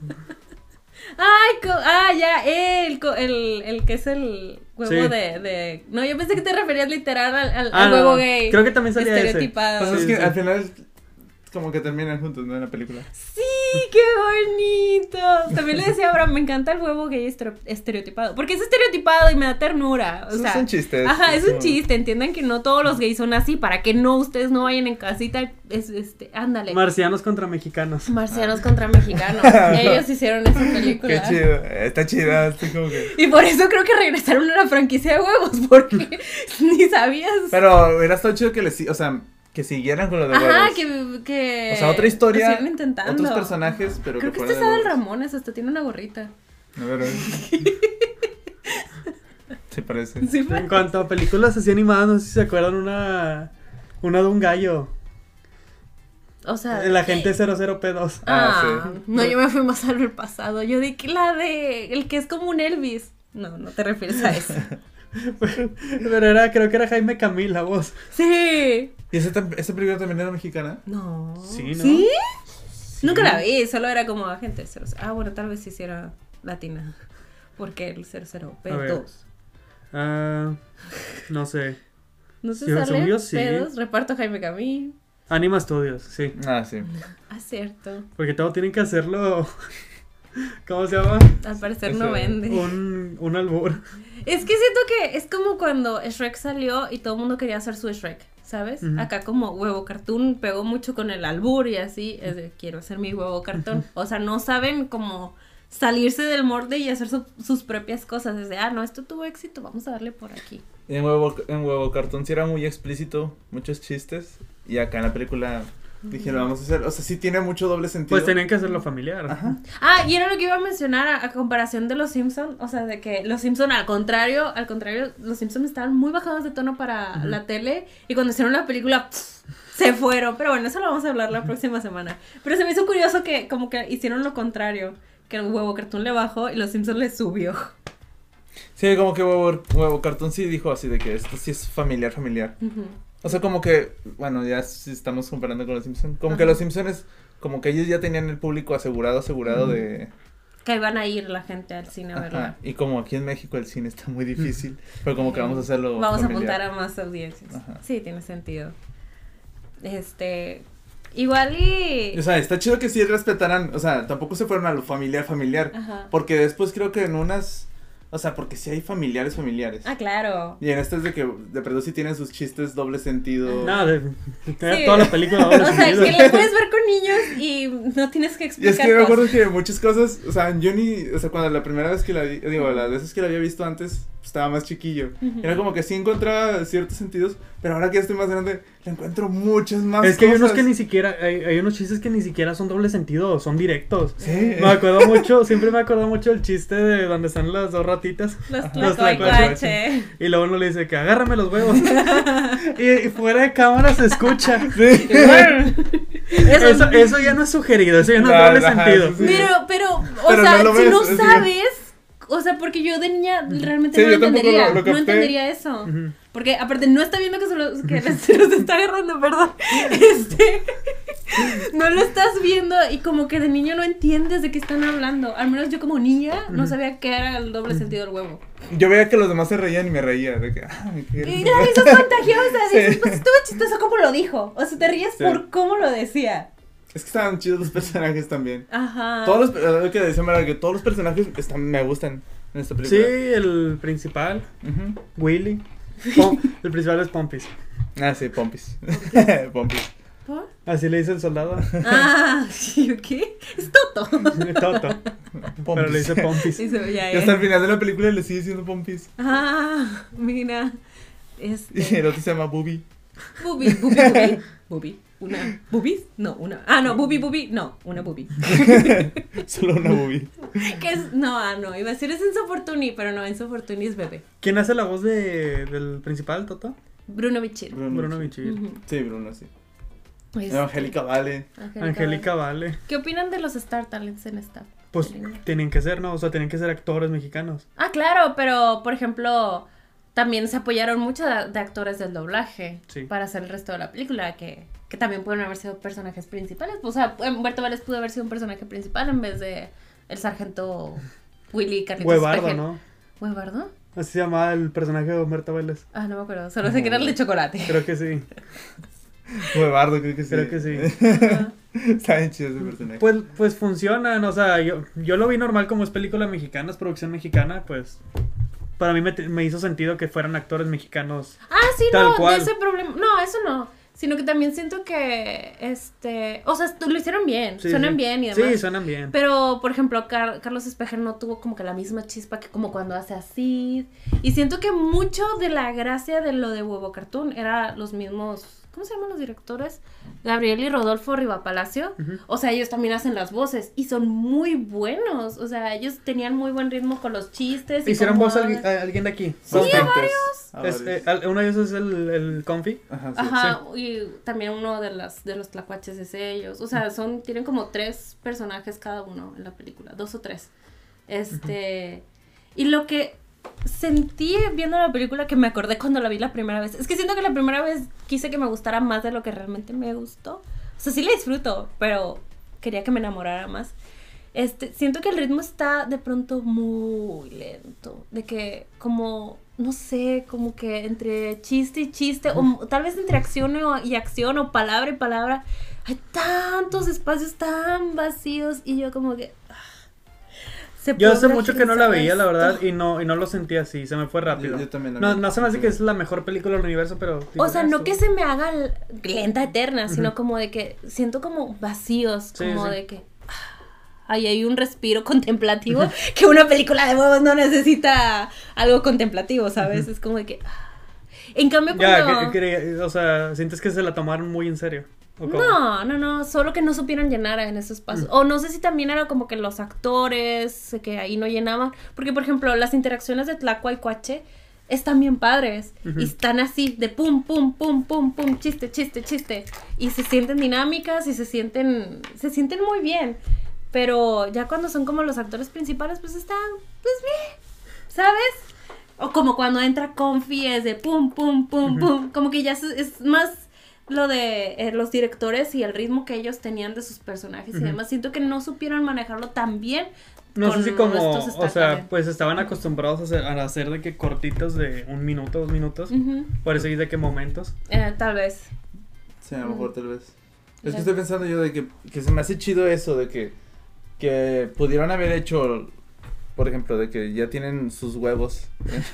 Ay, ya, el que es el huevo Sí. de... No, yo pensé que te referías literal al huevo no, gay. creo que también salía ese. Estereotipado. Pues es Sí, que sí. al final como que terminan juntos, ¿no? En la película. Sí, qué bonito. También le decía a Abraham, me encanta el huevo gay estereotipado. Porque es estereotipado y me da ternura. O Esos sea, son chistes. Ajá, es un como- chiste. Entiendan que no todos los gays son así. Para que no ustedes no vayan en casita. Ándale. Marcianos contra mexicanos. Marcianos contra mexicanos. Ellos hicieron esa película. Qué chido. Está chida. Estoy como que... Y por eso creo que regresaron a la franquicia de huevos. Porque ni sabías. Pero hubiera estado chido que o sea, que siguieran con lo de Ajá, huevos. que O sea, otra historia, lo siguen intentando. otros personajes, pero Creo que que fuera este de es Adal huevos. Ramones, hasta tiene una gorrita. A ver. Sí parece. Sí, En cuanto a películas así animadas, no sé si se acuerdan una de un gallo. o sea. El agente 00P2. Ah, sí. No, yo me fui más al pasado. Yo di que la de el que es como un Elvis. No te refieres a eso. Pero creo que era Jaime Camil la voz. Sí. ¿Y esa película también era mexicana? No. Sí, ¿no? ¿Sí? Nunca la vi, solo era como agente 00. Ah, bueno, tal vez sí sí era latina. Porque el 00P2. No sé. No se Sí, según salen yo, sí. pedos, reparto Jaime Camil. Anima Studios, sí. Ah, sí. Ah, cierto. Porque todo tienen que hacerlo. ¿Cómo se llama? Al parecer Ese- no vende. Un albur. Es que siento que es como cuando Shrek salió y todo el mundo quería hacer su Shrek, ¿sabes? Ujú. Acá como Huevo Cartoon pegó mucho con el albur y así, es de quiero hacer mi Huevo Cartón. O sea, no saben como salirse del molde y hacer sus propias cosas. Es de, no, esto tuvo éxito, vamos a darle por aquí. Y en Huevo Cartón sí era muy explícito, muchos chistes. Y acá en la película dijeron, vamos a hacer, o sea, sí tiene mucho doble sentido. Pues tenían que hacerlo familiar. Ajá. Y era lo que iba a mencionar a comparación de los Simpson, o sea, de que los Simpson al contrario, los Simpson estaban muy bajados de tono para la tele y cuando hicieron la película se fueron, pero bueno, eso lo vamos a hablar la próxima semana. Pero se me hizo curioso que como que hicieron lo contrario, que el Huevo Cartoon le bajó y los Simpson le subió. Sí, como que Huevo Cartón sí dijo así de que esto sí es familiar. Ujú. O sea, como que, bueno, ya si estamos comparando con los Simpsons, como que Ajá. los Simpsons, como que ellos ya tenían el público asegurado de... Que iban a ir la gente al cine a verla. Ajá, y como aquí en México el cine está muy difícil, pero como que vamos a hacerlo Vamos familiar. a apuntar a más audiencias. Ajá. Sí, tiene sentido. Igual y... O sea, está chido que sí respetaran, o sea, tampoco se fueron a lo familiar, Ajá. porque después creo que en unas, o sea, porque sí hay familiares. Ah, claro. Y en este es de que de pronto sí tienen sus chistes doble sentido. No, de Sí. toda la película. doble O sea, sentido. que lo puedes ver con niños y no tienes que Y es explicar que me acuerdo cosas. que muchas cosas, o sea, yo ni, o sea, cuando la primera vez que la vi, digo, las veces que la había visto antes, estaba más chiquillo. Ujú. Era como que sí encontraba ciertos sentidos, pero ahora que ya estoy más grande, le encuentro muchas más Es que hay unos cosas. que ni siquiera, hay unos chistes que ni siquiera son doble sentido, son directos. Sí. Me acuerdo mucho, siempre me acuerdo mucho el chiste de donde están las dos ratitas. Los Los tlacuache. Y luego uno le dice que agárrame los huevos. y fuera de cámara se escucha. Sí. Eso ya no es sugerido, eso ya no es doble Ajá, sentido. eso sí. Pero, o Pero sea, no lo si ves, no es sabes, o sea, porque yo de niña realmente Sí, no lo yo tampoco entendería, lo no capté. entendería eso. Ujú. Porque aparte no está viendo que se los está agarrando, perdón. No lo estás viendo y como que de niño no entiendes de qué están hablando. Al menos yo como niña no sabía qué era el doble sentido del huevo. Yo veía que los demás se reían y me reía, de que, qué Y gracioso. la risa es contagiosa, Sí. dices, pues estuvo chistoso cómo lo dijo. O sea, te ríes Sí. por cómo lo decía. Es que estaban chidos los personajes también. Ajá. Todos los, lo que decía era que todos los personajes me gustan en esta Sí, película. el principal, Ujú. Willy. El principal es Pompis. Ah, sí, Pompis. Pompis. ¿Por? Así le dice el soldado. Sí, ¿qué? Es Toto. Toto. Pero le dice Pompis. Eso ya Y hasta el es. final de la película le sigue diciendo Pompis. Mira. Y el otro se llama Booby. Bubi. ¿Una boobies? No, una. Ah, no, bubi. No, una bubi. Solo una Booby. ¿Qué es? No, iba a decir es Enzo Fortuny, pero no, Enzo Fortuny es bebé. ¿Quién hace la voz del principal, Toto? Bruno Bichir. Bruno Bichir. Ujú. Sí, Bruno, sí. Pues, Angélica Vale. Angélica Vale. ¿Qué opinan de los Star Talents en esta Pues película? tienen que ser, ¿no? O sea, tienen que ser actores mexicanos. Ah, claro, pero por ejemplo, también se apoyaron mucho de actores del doblaje Sí. para hacer el resto de la película, que también pueden haber sido personajes principales. O sea, Humberto Vélez pudo haber sido un personaje principal en vez de el sargento Willy Carlitos Huevardo, Espejel. ¿no? ¿Huevardo? Así se llamaba el personaje de Humberto Vélez. Ah, no me acuerdo, solo sé que era el de chocolate. Creo que sí. Huevardo, creo que sí. Creo que sí. Ajá. Está bien chido ese personaje. Pues funcionan, o sea, yo lo vi normal como es película mexicana, es producción mexicana, pues para mí me hizo sentido que fueran actores mexicanos. Ah, sí, Tal no, cual. de ese problema. No, eso no. Sino que también siento que, o sea, lo hicieron bien, Sí, suenan sí. bien y demás. Sí, suenan bien. Pero, por ejemplo, Carlos Espejel no tuvo como que la misma chispa que como cuando hace así. Y siento que mucho de la gracia de lo de Huevo Cartoon era los mismos, ¿cómo se llaman los directores? Gabriel y Rodolfo Rivapalacio. Ujú. O sea, ellos también hacen las voces y son muy buenos. O sea, ellos tenían muy buen ritmo con los chistes. Y Hicieron cómo voz a hablan. alguien de aquí. Sí, a varios. Uno de ellos es el Confi. Ajá, sí. Ajá, y también uno de los tlacuaches es ellos. O sea, tienen como 3 personajes cada uno en la película, 2 o 3. Y lo que sentí viendo la película que me acordé cuando la vi la primera vez. Es que siento que la primera vez quise que me gustara más de lo que realmente me gustó. O sea, sí la disfruto, pero quería que me enamorara más. Siento que el ritmo está de pronto muy lento, de que como, no sé, como que entre chiste y chiste, o tal vez entre acción y acción, o palabra y palabra, hay tantos espacios tan vacíos, y yo como que... Yo hace mucho que no la veía, la verdad, y no lo sentí así, se me fue rápido. Yo también. No se me hace que es la mejor película del universo, pero... O sea, no que se me haga lenta, eterna, sino como de que siento como vacíos, como de que... Ahí hay un respiro contemplativo, que una película de huevos no necesita algo contemplativo, ¿sabes? Es como de que... En cambio cuando... o sea, ¿sientes que se la tomaron muy en serio? No, solo que no supieron llenar en esos espacios. O no sé si también era como que los actores que ahí no llenaban. Porque, por ejemplo, las interacciones de Tlacuaycuache están bien padres. Y están así, de pum, pum, pum, pum, pum, chiste, chiste, chiste. Y se sienten dinámicas y se sienten muy bien. Pero ya cuando son como los actores principales, pues están, pues bien, ¿sabes? O como cuando entra Confi es de pum, pum, pum, pum. Como que ya es más... lo de los directores y el ritmo que ellos tenían de sus personajes y demás, siento que no supieron manejarlo tan bien. No sé si como, o sea, pues estaban acostumbrados a hacer de que cortitos de 1 minuto, 2 minutos, por eso y de qué momentos. Tal vez. Sí, a lo mejor tal vez. Es que estoy pensando yo de que se me hace chido eso, de que pudieron haber hecho, por ejemplo, de que ya tienen sus huevos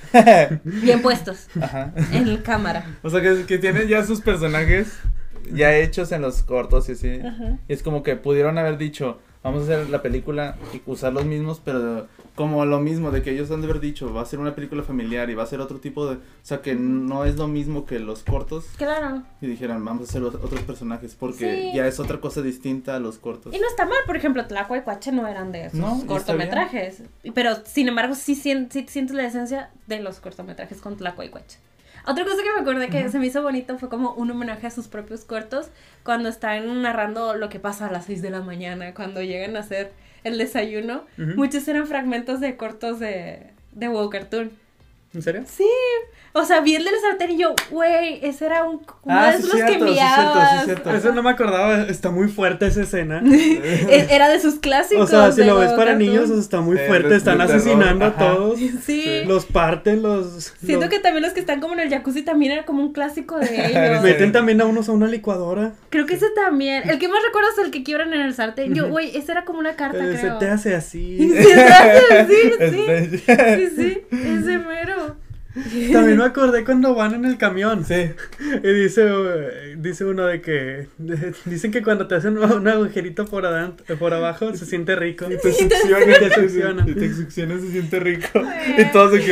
bien puestos. Ajá. En la cámara. O sea, que tienen ya sus personajes ya hechos en los cortos y así. Ajá. Y es como que pudieron haber dicho, vamos a hacer la película y usar los mismos, pero como lo mismo, de que ellos han de haber dicho, va a ser una película familiar y va a ser otro tipo de... O sea, que no es lo mismo que los cortos. Claro. Y dijeran, vamos a hacer otros personajes, porque ya es otra cosa distinta a los cortos. Y no está mal, por ejemplo, Tlacuaycuache no eran de esos cortometrajes. Pero, sin embargo, sí sientes la esencia de los cortometrajes con Tlacuaycuache. Otra cosa que me acordé que se me hizo bonito fue como un homenaje a sus propios cortos cuando están narrando lo que pasa a las 6 de la mañana, cuando llegan a hacer el desayuno. Muchos eran fragmentos de cortos de WoW Cartoon. ¿En serio? Sí, o sea, vi el del sartén y yo, güey, ese era uno de los que enviabas. Sí, cierto. Eso no me acordaba, está muy fuerte esa escena. Era de sus clásicos. O sea, si lo ves para niños, está muy fuerte, están asesinando a todos. Sí. Los parten, Siento que también los que están como en el jacuzzi también era como un clásico de ellos. Meten también a unos a una licuadora. Creo que ese también. El que más recuerdo es el que quiebran en el sartén. Yo, güey, ese era como una carta, creo. Se te hace así. Sí, se te hace así, sí, ese mero. También me acordé cuando van en el camión. Sí. Y dice uno de que dicen que cuando te hacen un agujerito por abajo se siente rico. Y te succiona. Y te succiona, se siente rico. Y todo de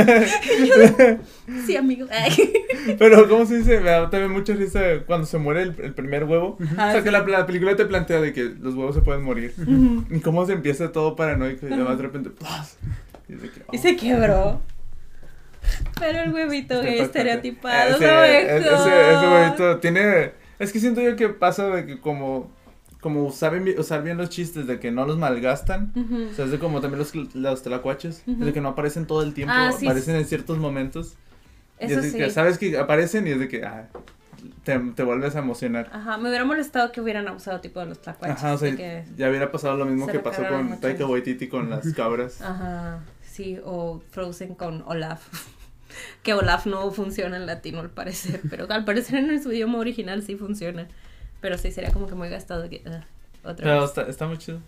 que... Sí, amigo. Pero, ¿cómo se dice? Me da también mucha risa cuando se muere el primer huevo. O sea, que la película te plantea de que los huevos se pueden morir. Y cómo se empieza todo paranoico y además de repente... Y se quebró. Pero el huevito gay estereotipado, ese huevito tiene... Es que siento yo que pasa de que como saben usar bien los chistes, de que no los malgastan. O sea, es de como también los tlacuaches, de que no aparecen todo el tiempo, aparecen en ciertos momentos. Eso y es de que sabes que aparecen y es de que te vuelves a emocionar. Ajá, me hubiera molestado que hubieran abusado tipo de los tlacuaches. Ajá, o sea, ya hubiera pasado lo mismo que pasó con Taika Waititi con las cabras. Ajá, sí, o Frozen con Olaf. Que Olaf no funciona en latino al parecer, pero al parecer en su idioma original sí funciona. Pero sí, sería como que muy gastado que otra vez. Pero está muy chido.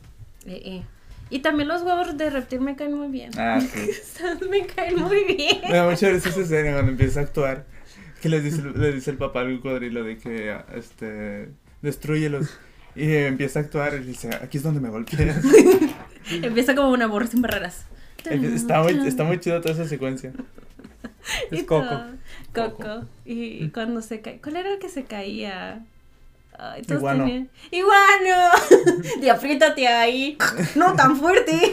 Y también los huevos de reptil me caen muy bien. Sí. Me caen muy bien. Me da mucha risa esa escena cuando empieza a actuar. Que le dice el papá al cocodrilo de que destrúyelos. Y empieza a actuar y dice, aquí es donde me golpeas. Empieza como una borra sin barreras. Está muy chido toda esa secuencia. Es Coco. Y cuando se cae, ¿cuál era el que se caía? Ay, Iguano. ¡Iguano! Diafrítate ahí. No tan fuerte.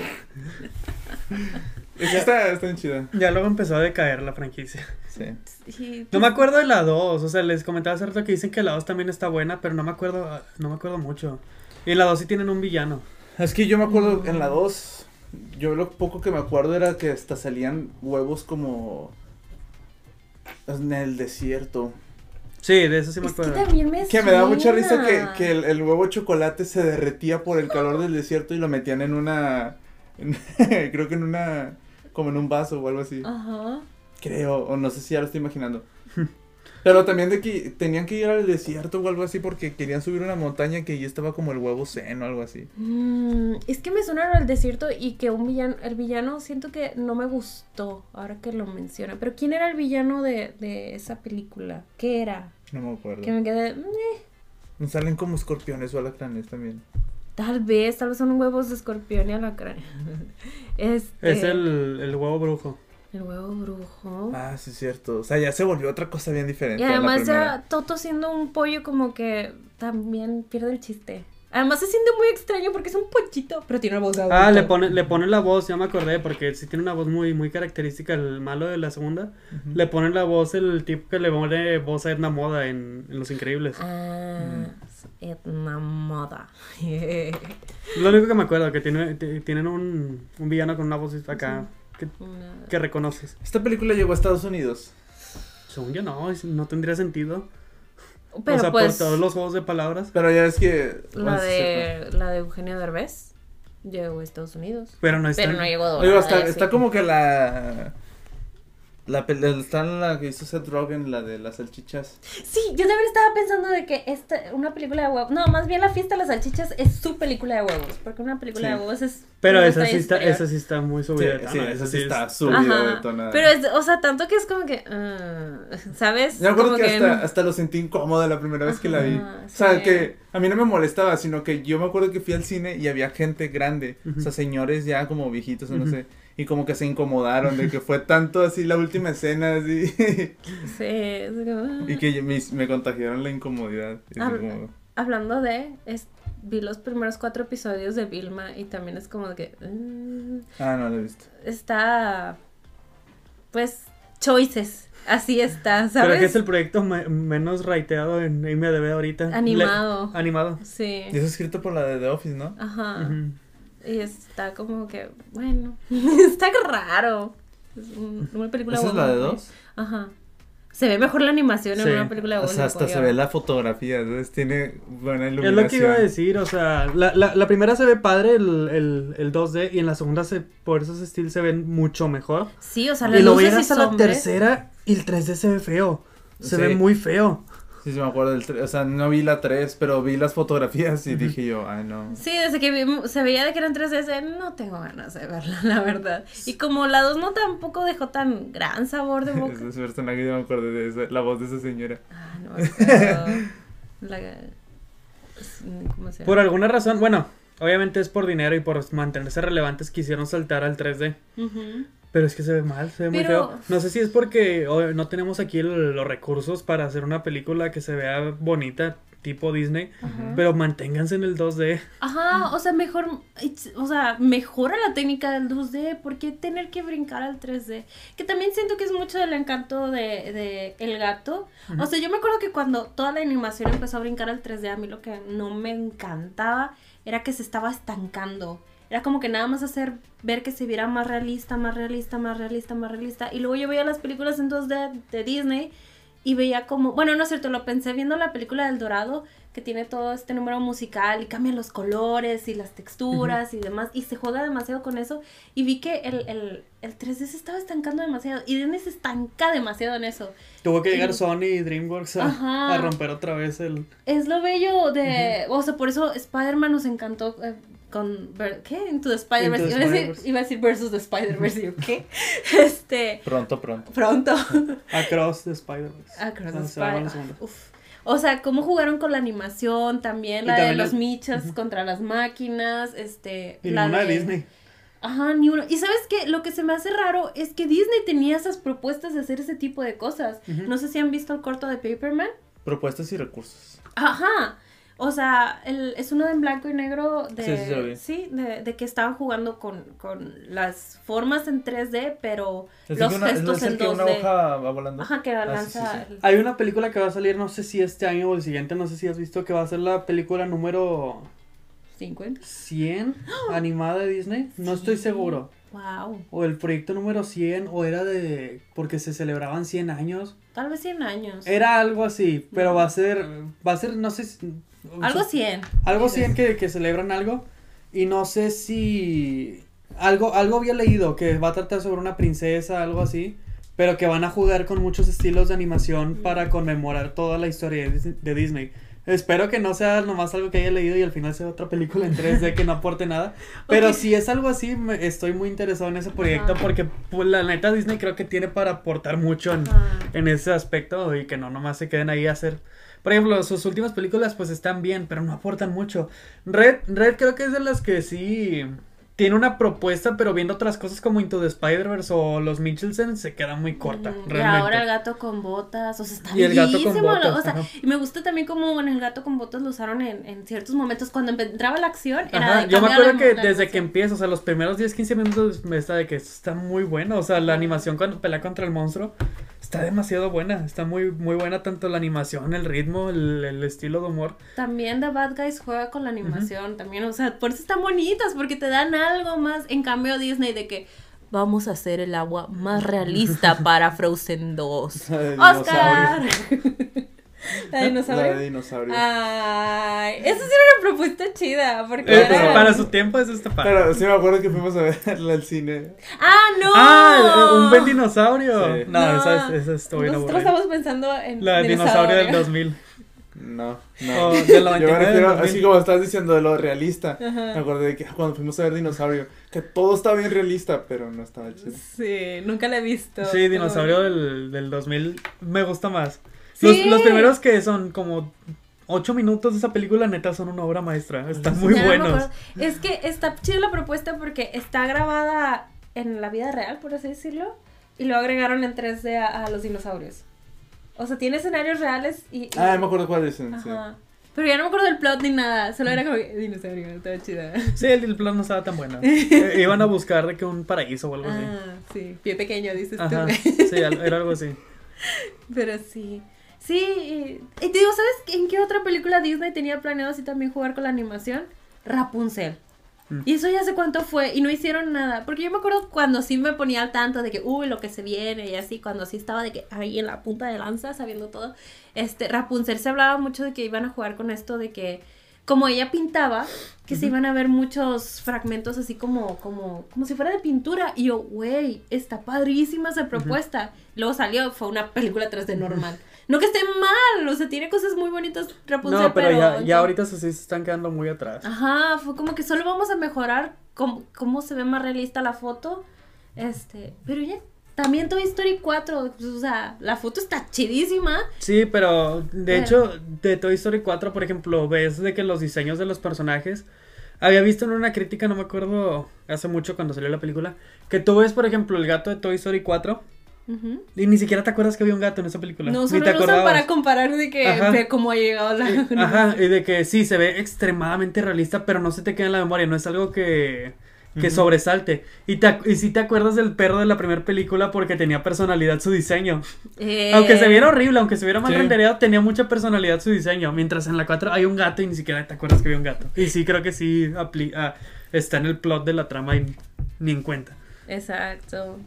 Está chida. Ya luego empezó a decaer la franquicia. Sí. No me acuerdo de la 2, o sea, les comentaba hace rato que dicen que la 2 también está buena, pero no me acuerdo mucho. Y en la 2 sí tienen un villano. Es que yo me acuerdo en la 2, yo lo poco que me acuerdo era que hasta salían huevos como en el desierto. Sí, de eso sí me Es que acuerdo. también me Que me da mucha risa suena. que el huevo chocolate se derretía por el calor del desierto y lo metían en una, creo que en una, como en un vaso o algo así. Ajá. Creo, o no sé si ya lo estoy imaginando. Pero también de que tenían que ir al desierto o algo así porque querían subir una montaña que ya estaba como el huevo zen o algo así. Es que me suena el desierto y que el villano siento que no me gustó ahora que lo menciona. Pero ¿quién era el villano de esa película? ¿Qué era? No me acuerdo. Que me quedé, Nos salen como escorpiones o alacranes también. tal vez son huevos de escorpión y alacrán. Es el huevo brujo. El huevo brujo. Ah, sí es cierto. O sea, ya se volvió otra cosa bien diferente. Y a la además primera. ya Toto siendo un pollo como que también pierde el chiste. Además se siente muy extraño porque es un pollito, pero tiene una voz de adulto. Ah, le pone la voz, ya me acordé, porque sí tiene una voz muy, muy característica, el malo de la segunda. Ujú. Le pone la voz el tipo que le pone voz a Edna Moda en Los Increíbles. Ah, Edna Moda. Lo único que me acuerdo, que tienen un villano con una voz acá que reconoces. Esta película llegó a Estados Unidos. Según yo no tendría sentido. Pero o sea, pues por todos los juegos de palabras. Pero ya es que. la bueno, sí es cierto. de Eugenio Derbez llegó a Estados Unidos. Pero no está. Pero no llegó doblada. Oiga, y así. está como que está en la que hizo Seth Rogen, la de las salchichas. Sí, yo también estaba pensando de que una película de huevos. No, más bien La Fiesta de las Salchichas es su película de huevos. Porque una película Sí. de huevos es. Pero una esa talla superior. sí está muy subida de tono. Sí, esa sí está es- subida Ajá. de tonada. Pero es, o sea, tanto que es como que. ¿Sabes? Yo me acuerdo Como que hasta lo sentí incómoda la primera vez que la vi. Ajá, O sea, sí. que a mí no me molestaba, sino que yo me acuerdo que fui al cine y había gente grande. O sea, señores ya como viejitos o no sé. Y como que se incomodaron de que fue tanto así la última escena, así. Sí, es como, Y que me contagiaron la incomodidad. Y así como- Hablando de. Vi los primeros 4 episodios de Vilma y también es como de que. Ah, no lo he visto. Está. Pues. Choices. Así está, ¿sabes? Creo que es el proyecto menos rateado en IMDb ahorita. Animado. Animado. Sí. Y eso es escrito por la de The Office, ¿no? Ajá. Ujú. Y está como que. Bueno. Está raro. Es una película ¿Esa es la de huevo, dos? Ajá. Se ve mejor la animación en Sí. una película de O huevos sea, de hasta pollo. se ve la fotografía, entonces tiene buena iluminación. Es lo que iba a decir, o sea, la primera se ve padre, el 2D, y en la segunda por esos estilos se ven mucho mejor. Sí, o sea, las Y luego luces llegas y a la sombras. tercera y el 3D se ve feo. Se Sí. ve muy feo. Sí, sí me acuerdo del 3, o sea, no vi la 3, pero vi las fotografías y dije yo, ay no. Sí, desde que se veía de que eran 3D, no tengo ganas de verla, la verdad. Y como la 2 no tampoco dejó tan gran sabor de boca. Ese personaje yo me acordé de esa, la voz de esa señora. Ah, no me acuerdo. ¿Cómo se llama? Por alguna razón, bueno, obviamente es por dinero y por mantenerse relevantes quisieron saltar al 3D. Ujú. Pero es que se ve mal, se ve muy Pero- feo. No sé si es porque no tenemos aquí los recursos para hacer una película que se vea bonita, tipo Disney. Ajá. Pero manténganse en el 2D. Ajá, o sea, mejora la técnica del 2D, ¿por qué tener que brincar al 3D? Que también siento que es mucho del encanto de El Gato. O sea, yo me acuerdo que cuando toda la animación empezó a brincar al 3D, a mí lo que no me encantaba era que se estaba estancando. Era como que nada más ver que se viera más realista, más realista, más realista, más realista. Y luego yo veía las películas en 2D de Disney y veía como, bueno, no es cierto, lo pensé viendo la película del Dorado, que tiene todo este número musical y cambian los colores y las texturas y demás, y se juega demasiado con eso, y vi que el 3D se estaba estancando demasiado, y Disney se estanca demasiado en eso. Tuvo que llegar Y- Sony y DreamWorks Ajá. a romper otra vez el... Es lo bello de, o sea, por eso Spider-Man nos encantó con, ¿qué? Into the Spider-Verse. Into the Spider-Verse. Iba a decir Versus the Spider-Verse, ¿y yo qué? Pronto. Pronto. Across the Spider-Verse. Across the Ah, se va con la Spider-Man. segunda. Uf. O sea, cómo jugaron con la animación también, Y la de también los el- michas contra las máquinas, Y la ninguna de Disney. Ajá, ni uno. Y ¿sabes qué? Lo que se me hace raro es que Disney tenía esas propuestas de hacer ese tipo de cosas. Ujú. No sé si han visto el corto de Paperman. Propuestas y recursos. Ajá. O sea, es uno en blanco y negro Sí, sí, lo vi. de que estaban jugando con las formas en 3D, pero Es los el que una, gestos es el en que 2D. una hoja va volando. Ajá, que sí, lanza. sí, el- Hay una película que va a salir, no sé si este año o el siguiente, no sé si has visto, que va a ser la película número 50. 100 animada de Disney. No estoy seguro. Wow. O el proyecto número 100, o era de... porque se celebraban 100 años. Tal vez 100 años. Era algo así, pero va a ser, no sé si... Algo 100. Algo 100 que celebran algo, y no sé si... Algo había leído, que va a tratar sobre una princesa, algo así, pero que van a jugar con muchos estilos de animación para conmemorar toda la historia de Disney. Espero que no sea nomás algo que haya leído y al final sea otra película en 3D que no aporte nada. Pero si es algo así, estoy muy interesado en ese proyecto. Ajá. Porque pues, la neta Disney creo que tiene para aportar mucho en ese aspecto y que no nomás se queden ahí a hacer... Por ejemplo, sus últimas películas pues están bien, pero no aportan mucho. Red creo que es de las que sí... Tiene una propuesta, pero viendo otras cosas como Into the Spider-Verse o Los Michelson, se queda muy corta, Y realmente. ahora el gato con botas, o sea, está Y el gato con bellísimo, botas, o sea, ajá. y me gusta también como en el gato con botas lo usaron en ciertos momentos, cuando entraba la acción, era Ajá, de yo me cambiar acuerdo que la desde que animación. empieza, o sea, los primeros 10-15 minutos me está de que está muy bueno, o sea, la animación cuando pelea contra el monstruo está demasiado buena, está muy buena tanto la animación, el ritmo, el estilo de humor. También The Bad Guys juega con la animación, también, o sea, por eso están bonitas, porque te dan algo más, en cambio Disney de que vamos a hacer el agua más realista para Frozen 2. La de ¡Oscar! ¿La de La dinosaurio? de dinosaurio. Ay, esa sí era una propuesta chida, porque Pero era... Para su tiempo eso está padre. Pero sí me acuerdo que fuimos a verla al cine. ¡Ah, no! Un buen dinosaurio. Sí. No, esa estuvo bien Nosotros aburrida. estamos pensando en La dinosaurio del 2000. No. O del Yo me 99, refiero, del 2000. así como estás diciendo de lo realista. Ajá. Me acordé de que cuando fuimos a ver Dinosaurio, que todo estaba bien realista, pero no estaba chido. Sí, nunca la he visto. Sí, dinosaurio del 2000 me gusta más. Sí. Los primeros que son como 8 minutos de esa película, neta, son una obra maestra. Están muy Ya no me buenos. acuerdo. Es que está chida la propuesta porque está grabada en la vida real, por así decirlo, y lo agregaron en 3D a los dinosaurios. O sea, tiene escenarios reales y... Ah, me acuerdo cuál dicen, sí. Ajá. Pero ya no me acuerdo del plot ni nada, solo era como que, dinosaurio, estaba chida. Sí, el plan no estaba tan bueno. Iban a buscar de que un paraíso o algo así. Ah, sí, pie pequeño, dices Ajá, tú. sí, era algo así. Pero sí. Sí, y te digo, ¿sabes en qué otra película Disney tenía planeado así también jugar con la animación? Rapunzel. Y eso ya sé cuánto fue, y no hicieron nada. Porque yo me acuerdo cuando sí me ponía al tanto de que, uy, lo que se viene, y así, cuando sí estaba de que ahí en la punta de lanza, sabiendo todo. Rapunzel se hablaba mucho de que iban a jugar con esto, de que, como ella pintaba, que se iban a ver muchos fragmentos así como si fuera de pintura. Y yo, güey, está padrísima esa propuesta. Luego salió, fue una película 3D normal. No que esté mal, o sea, tiene cosas muy bonitas Rapunzel, No, pero ya ya ahorita sí se están quedando muy atrás. Ajá, fue como que solo vamos a mejorar cómo se ve más realista la foto. Pero ya, también Toy Story 4, pues, o sea, la foto está chidísima. Sí, pero de hecho, de Toy Story 4, por ejemplo, ves de que los diseños de los personajes. Había visto en una crítica, no me acuerdo, hace mucho cuando salió la película, que tú ves, por ejemplo, el gato de Toy Story 4 Ujú. y ni siquiera te acuerdas que había un gato en esa película. No, Ni solo te lo usan acordabas. para comparar de que Ajá. ve cómo ha llegado la... Ajá, y de que sí, se ve extremadamente realista, pero no se te queda en la memoria, no es algo que sobresalte. Y sí te acuerdas del perro de la primera película porque tenía personalidad su diseño. Aunque se viera horrible, aunque se viera mal Sí. rendereado, tenía mucha personalidad su diseño. Mientras en la 4 hay un gato y ni siquiera te acuerdas que había un gato. Y sí, creo que sí está en el plot de la trama y ni en cuenta. Exacto.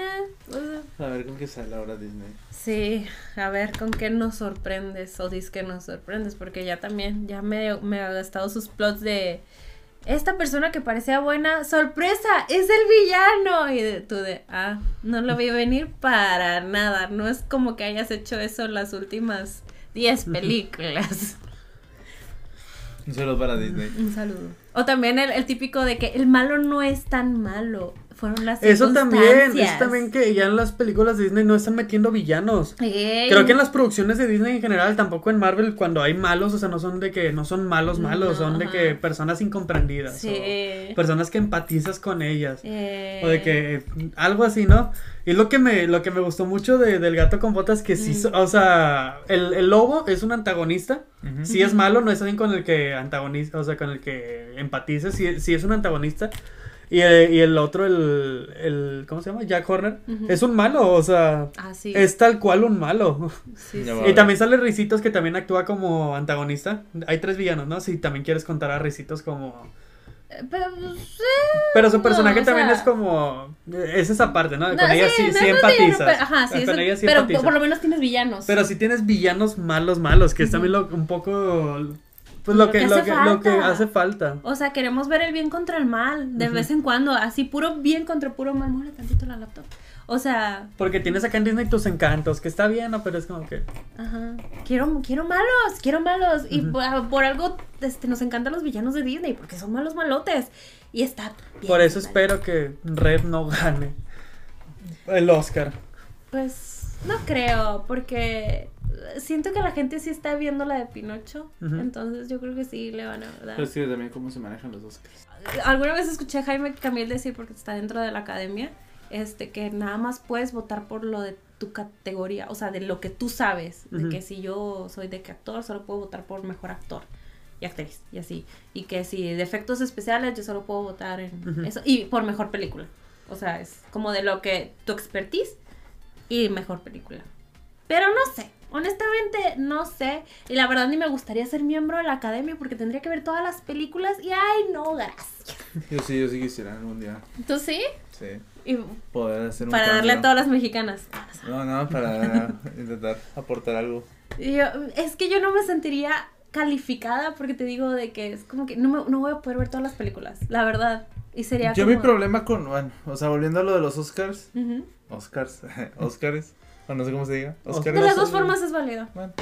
A ver con qué sale ahora Disney. Sí, a ver con qué nos sorprendes o dices que nos sorprendes, porque ya también, ya me ha gastado sus plots de esta persona que parecía buena, sorpresa, es el villano, y tú no lo vi venir para nada, no es como que hayas hecho eso en las últimas 10 películas. Un saludo para Disney. Un saludo. O también el típico de que el malo no es tan malo, fueron las Eso circunstancias. también que ya en las películas de Disney no están metiendo villanos. Ey. Creo que en las producciones de Disney en general, tampoco en Marvel, cuando hay malos, o sea, no son de que no son malos, No, son de ajá. que personas incomprendidas. Sí. O personas que empatizas con ellas. Eh, O de que algo así, ¿no? Y lo que me gustó mucho del gato con botas, que sí, o sea, el lobo es un antagonista. Ujú. Sí es malo, no es alguien con el que antagoniza, o sea, con el que empatices, sí es un antagonista. Y el otro, ¿cómo se llama? Jack Horner, Ujú. es un malo, o sea, sí. es tal cual un malo. Sí, Ya sí. va. Y también sale Ricitos, que también actúa como antagonista. Hay 3 villanos, ¿no? Si también quieres contar a Ricitos como Pero su personaje o también sea, es como, es esa parte, ¿no? no, Con ella sí, no, sí no es empatizas. villano, ajá, sí, Con ella sí pero empatizas. por lo menos tienes villanos. Pero si tienes villanos malos, que es también un poco, pues lo que hace falta. O sea, queremos ver el bien contra el mal, de vez en cuando, así puro bien contra puro mal. Muévele tantito la laptop. O sea, Porque tienes acá en Disney tus encantos, que está bien, ¿no? Pero es como que... ajá, quiero malos. Y por algo nos encantan los villanos de Disney, porque son malos malotes. Y está bien. Por eso mal. espero que Red no gane el Oscar. Pues no creo, porque siento que la gente sí está viendo la de Pinocho. Ujú. Entonces yo creo que sí le van a dar. Pero es que también cómo se manejan los Oscars. Alguna vez escuché a Jaime Camil decir, porque está dentro de la academia, que nada más puedes votar por lo de tu categoría, o sea, de lo que tú sabes, de Ujú. que si yo soy de qué actor, solo puedo votar por mejor actor y actriz, y así, y que si de efectos especiales, yo solo puedo votar en Ujú. eso, y por mejor película, o sea, es como de lo que tu expertise y mejor película, pero no sé. Honestamente, no sé. Y la verdad ni me gustaría ser miembro de la academia porque tendría que ver todas las películas y ¡ay, no, gracias! Yo sí quisiera algún día. ¿Tú sí? Sí. Y Poder hacer un para darle cambio. a todas las mexicanas. No, para intentar aportar algo. Y es que yo no me sentiría calificada porque te digo de que es como que no voy a poder ver todas las películas, la verdad. Y sería Yo como... mi problema con, bueno, o sea, volviendo a lo de los Oscars, Ujú. Oscars, o no sé cómo se diga, De Oscars. las dos formas es válido. Bueno,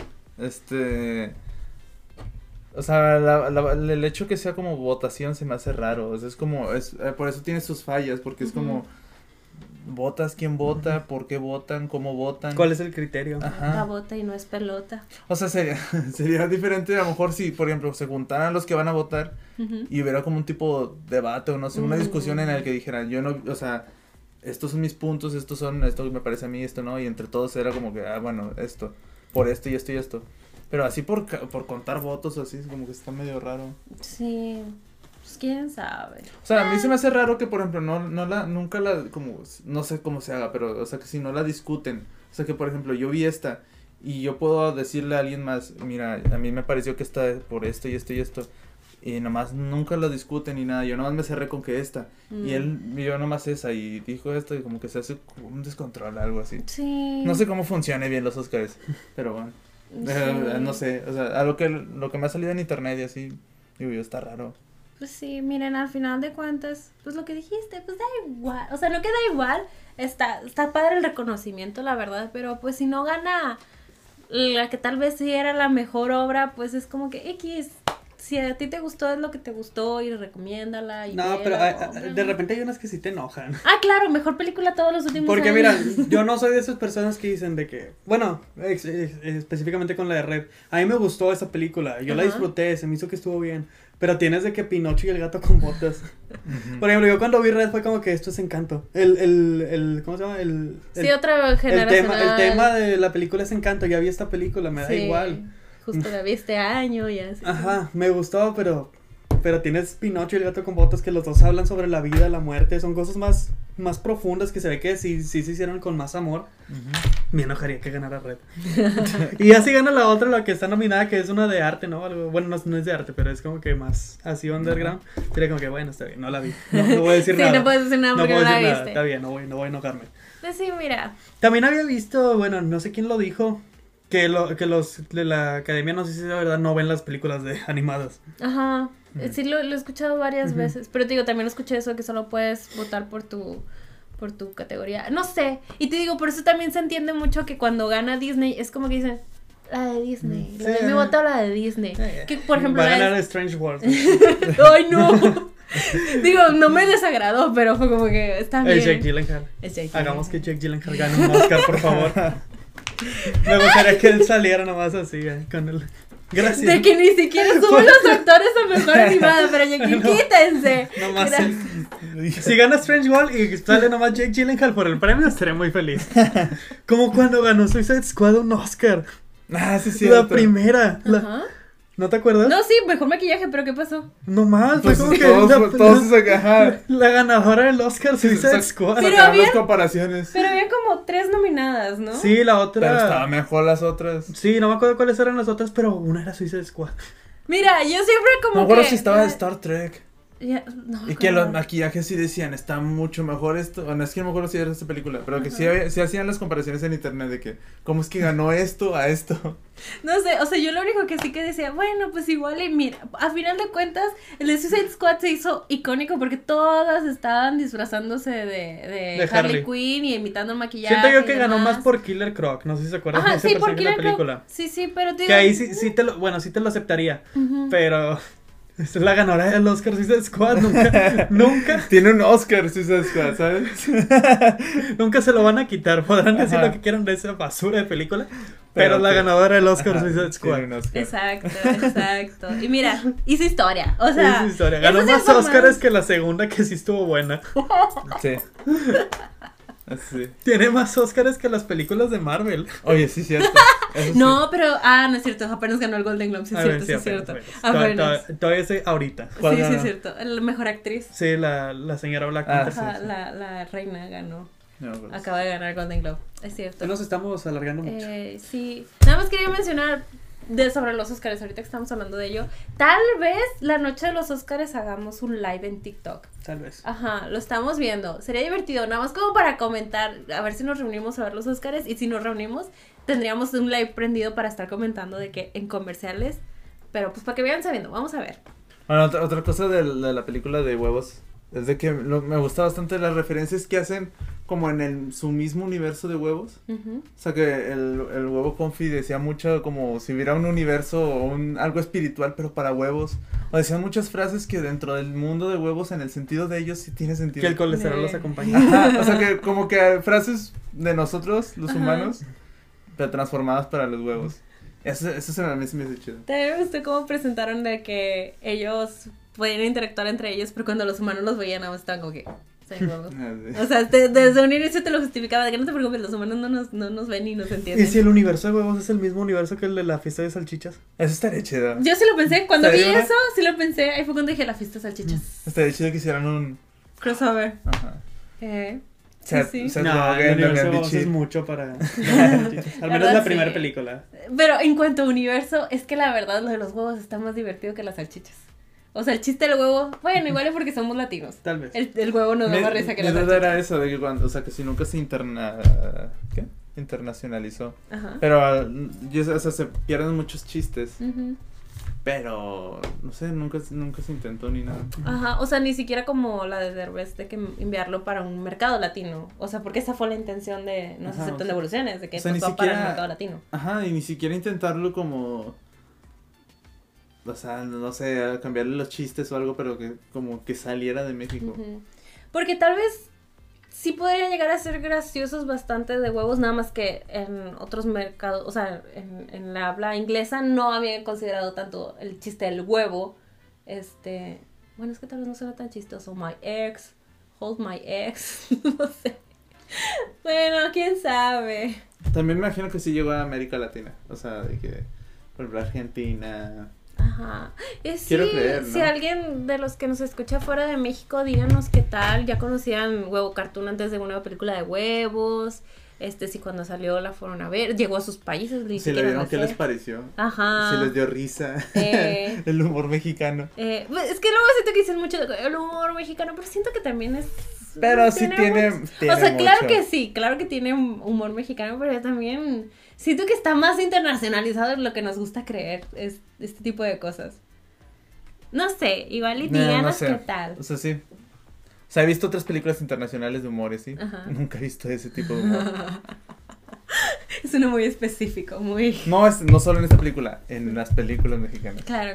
o sea, el hecho que sea como votación se me hace raro, o sea, es como, por eso tiene sus fallas, porque es como, votas quién vota, por qué votan, cómo votan. ¿Cuál es el criterio? La Ajá. bota y no es pelota. O sea, sería diferente a lo mejor si, por ejemplo, se juntaran los que van a votar Ujú. y hubiera como un tipo de debate o no sé, una discusión en la que dijeran, yo no, o sea, estos son mis puntos, esto me parece a mí, esto no, y entre todos era como que, bueno, esto, por esto y esto y esto. Pero así por contar votos o así, es como que está medio raro. Sí, pues quién sabe. O sea, a mí se me hace raro que, por ejemplo, nunca la, como, no sé cómo se haga, pero, o sea, que si no la discuten, o sea, que, por ejemplo, yo vi esta y yo puedo decirle a alguien más, mira, a mí me pareció que esta por esto y esto y esto, y nomás nunca lo discuten ni nada, yo nomás me cerré con que esta, y él vio nomás esa y dijo esto y como que se hace como un descontrol, algo así. Sí. No sé cómo funcione bien los Oscars, pero bueno, Sí. no sé, o sea, a lo que me ha salido en internet y así, digo yo, está raro. Pues sí, miren, al final de cuentas, pues lo que dijiste, pues da igual, o sea, no queda igual, está padre el reconocimiento, la verdad, pero pues si no gana la que tal vez sí era la mejor obra, pues es como que X, si a ti te gustó es lo que te gustó y recomiéndala y No, pero vela, de repente hay unas que sí te enojan. claro, mejor película todos los últimos Porque años. mira, yo no soy de esas personas que dicen de que, bueno, específicamente con la de Red, a mí me gustó esa película, yo la Ajá. disfruté, se me hizo que estuvo bien, pero tienes de que Pinocho y el gato con botas. Por ejemplo, yo cuando vi Red fue como que esto es Encanto. ¿Cómo se llama? Sí, otra generacional. el tema de la película es Encanto, ya vi esta película, me da Sí, igual. Justo la vi este año y así. Ajá, me gustó, pero tienes Pinocho y el gato con botas que los dos hablan sobre la vida, la muerte, son cosas más profundas que se ve que sí se hicieron con más amor. Me enojaría que ganara Red. Y así gana la otra, la que está nominada, que es una de arte, ¿no? Algo, bueno, no es de arte, pero es como que más así underground. Sería como que, bueno, está bien, no la vi. No voy a decir Sí, nada. no puedes decir nada porque puedo no la decir nada, viste. está bien, no voy a enojarme. Pues sí, mira. También había visto, bueno, no sé quién lo dijo, que los de la academia, no sé si es de verdad, no ven las películas animadas. Ajá. Sí, lo he escuchado varias veces. Pero te digo, también escuché eso que solo puedes votar por tu categoría. No sé. Y te digo, por eso también se entiende mucho que cuando gana Disney es como que dicen, la de Disney. La de mi voto, la de Disney. Que por ejemplo. Va a la ganar de... Strange World. ¡Ay, no! Digo, no me desagradó, pero fue como que está bien. Es Jake Gyllenhaal. Es Jake Hagamos Gyllenhaal. que Jake Gyllenhaal gane un Oscar, por favor. Me gustaría que él saliera nomás así, con el... Gracias. De que ni siquiera suben los actores a mejor animada, pero ya que No. quítense. Nomás Gracias. si gana Strange World y sale nomás Jake Gyllenhaal por el premio, estaré muy feliz. Como cuando ganó Suicide Squad un Oscar. Sí, sí. La primera. Ajá. ¿No te acuerdas? No, sí, mejor maquillaje, pero ¿qué pasó? Nomás, fue Pues como que todos ajá. la ganadora del Oscar Suicide Squad. Pero Sacaron había- las comparaciones. Pero había como 3 nominadas, ¿no? Sí, la otra. Pero estaba mejor las otras. Sí, no me acuerdo cuáles eran las otras, pero una era Suicide Squad. Mira, yo siempre No como me acuerdo que... si estaba de Star Trek. No, Y que los ¿cómo? maquillajes sí decían, está mucho mejor esto. Bueno, es que no me acuerdo si era esta película, pero que sí hacían las comparaciones en internet de que, ¿cómo es que ganó esto a esto? No sé, o sea, yo lo único que sí que decía, bueno, pues igual y mira, a final de cuentas, el de Suicide Squad se hizo icónico porque todas estaban disfrazándose de De Harley Harley. Quinn y imitando el maquillaje. Siento yo y que ganó demás. más por Killer Croc, no sé si se acuerdan de Ajá, ese sí, por personaje en la Killer Croc. película. Sí, pero te Que ahí sí te lo, bueno, sí te lo aceptaría, Ujú. pero es la ganadora del Oscar Suicide Squad, nunca Tiene un Oscar Suicide Squad, ¿sabes? nunca se lo van a quitar, podrán decir Ajá. lo que quieran de esa basura de película, pero es la que- ganadora del Oscar Ajá, Suicide Squad. tiene un Oscar. Exacto. Y mira, hizo historia, o sea. Es su historia. Ganó eso sí más fue Oscars que la segunda, que sí estuvo buena. Sí. Así. Tiene más Oscars que las películas de Marvel. Oye, sí, cierto. Eso sí. No, pero, no es cierto, apenas ganó el Golden Globe, sí es A cierto, ver, sí es apenas, cierto. apenas. Apenas. Todavía es ahorita. ¿Cuál Sí, sí ganó? es cierto, la mejor actriz. Sí, la señora Black Ah, Panther. sí, Ajá, sí. la reina ganó, No, pues. acaba de ganar Golden Globe, es cierto. Nos estamos alargando mucho. Sí, nada más quería mencionar sobre los Oscars, ahorita que estamos hablando de ello, tal vez la noche de los Oscars hagamos un live en TikTok. Tal vez. Ajá, lo estamos viendo, sería divertido, nada más como para comentar, a ver si nos reunimos a ver los Oscars, y si nos reunimos, tendríamos un live prendido para estar comentando de que en comerciales, pero pues para que vayan sabiendo, vamos a ver. Bueno, otra cosa de la película de huevos es de que me gusta bastante las referencias que hacen como en su mismo universo de huevos. Ujú. O sea que el huevo Confi decía mucho como si hubiera un universo o algo espiritual pero para huevos. O decían muchas frases que dentro del mundo de huevos en el sentido de ellos sí tiene sentido. Que el colesterol Nee. los acompaña. Ajá, o sea que como que frases de nosotros, los Ajá. humanos, pero transformadas para los huevos. Eso se me hace chido. También me gustó cómo presentaron de que ellos podían interactuar entre ellos, pero cuando los humanos los veían, nada más estaban como que, soy huevos. Ah, sí. O sea, desde un inicio te lo justificaba, de que no te preocupes, los humanos no nos ven y nos entienden. ¿Y si el universo de huevos es el mismo universo que el de la fiesta de salchichas? Eso estaría chido. Yo sí lo pensé, cuando vi ¿Estaría eso, sí lo pensé, ahí fue cuando dije la fiesta de salchichas. Estaría chido que hicieran un... Crossover. Ajá. Sí. Seth No, Rogen, el universo de Damián huevos es Bichir. mucho para las salchichas. Al menos ¿Verdad? la primera Sí. película. Pero en cuanto a universo, es que la verdad lo de los huevos está más divertido que las salchichas. O sea, el chiste del huevo, bueno, igual es porque somos latinos. Tal vez. El huevo nos da más risa que Mi las duda salchichas. era eso, de que cuando, o sea, que si nunca se internacionalizó. Ajá. Pero, o sea, se pierden muchos chistes, Ujú. pero, no sé, nunca se intentó ni nada. Ajá, o sea, ni siquiera como la de Derbez de que enviarlo para un mercado latino. O sea, porque esa fue la intención de no se Ajá, aceptan o sea, devoluciones, de que o sea, esto ni va para el siquiera- mercado latino. Ajá, y ni siquiera intentarlo como, o sea, no sé, cambiarle los chistes o algo, pero que como que saliera de México. Ujú. Porque tal vez sí podrían llegar a ser graciosos bastante de huevos, nada más que en otros mercados, o sea, en la habla inglesa no habían considerado tanto el chiste del huevo. Bueno, es que tal vez no suena tan chistoso. My ex, hold my ex, no sé. Bueno, quién sabe. También me imagino que sí llegó a América Latina, o sea, de que, por ejemplo, Argentina. Ajá. Quiero Sí, creer, ¿no? si alguien de los que nos escucha fuera de México, díganos qué tal. Ya conocían Huevo Cartoon antes de una película de huevos. Si cuando salió la fueron a ver, llegó a sus países. Ni Si le siquiera vieron no qué sé. les pareció. Ajá. Si les dio risa. Eh. El humor mexicano. Pues, es que luego siento que dicen mucho el humor mexicano, pero siento que también es. Pero sí tiene O sea, claro mucho. que sí, claro que tiene humor mexicano, pero también siento que está más internacionalizado de lo que nos gusta creer, es este tipo de cosas. No sé, igual y No, no díganos sé. qué tal. O sea, sí. O sea, he visto otras películas internacionales de humores, ¿sí? Ajá. Nunca he visto ese tipo de humor. Es uno muy específico, muy... No solo en esta película, en las películas mexicanas. Claro.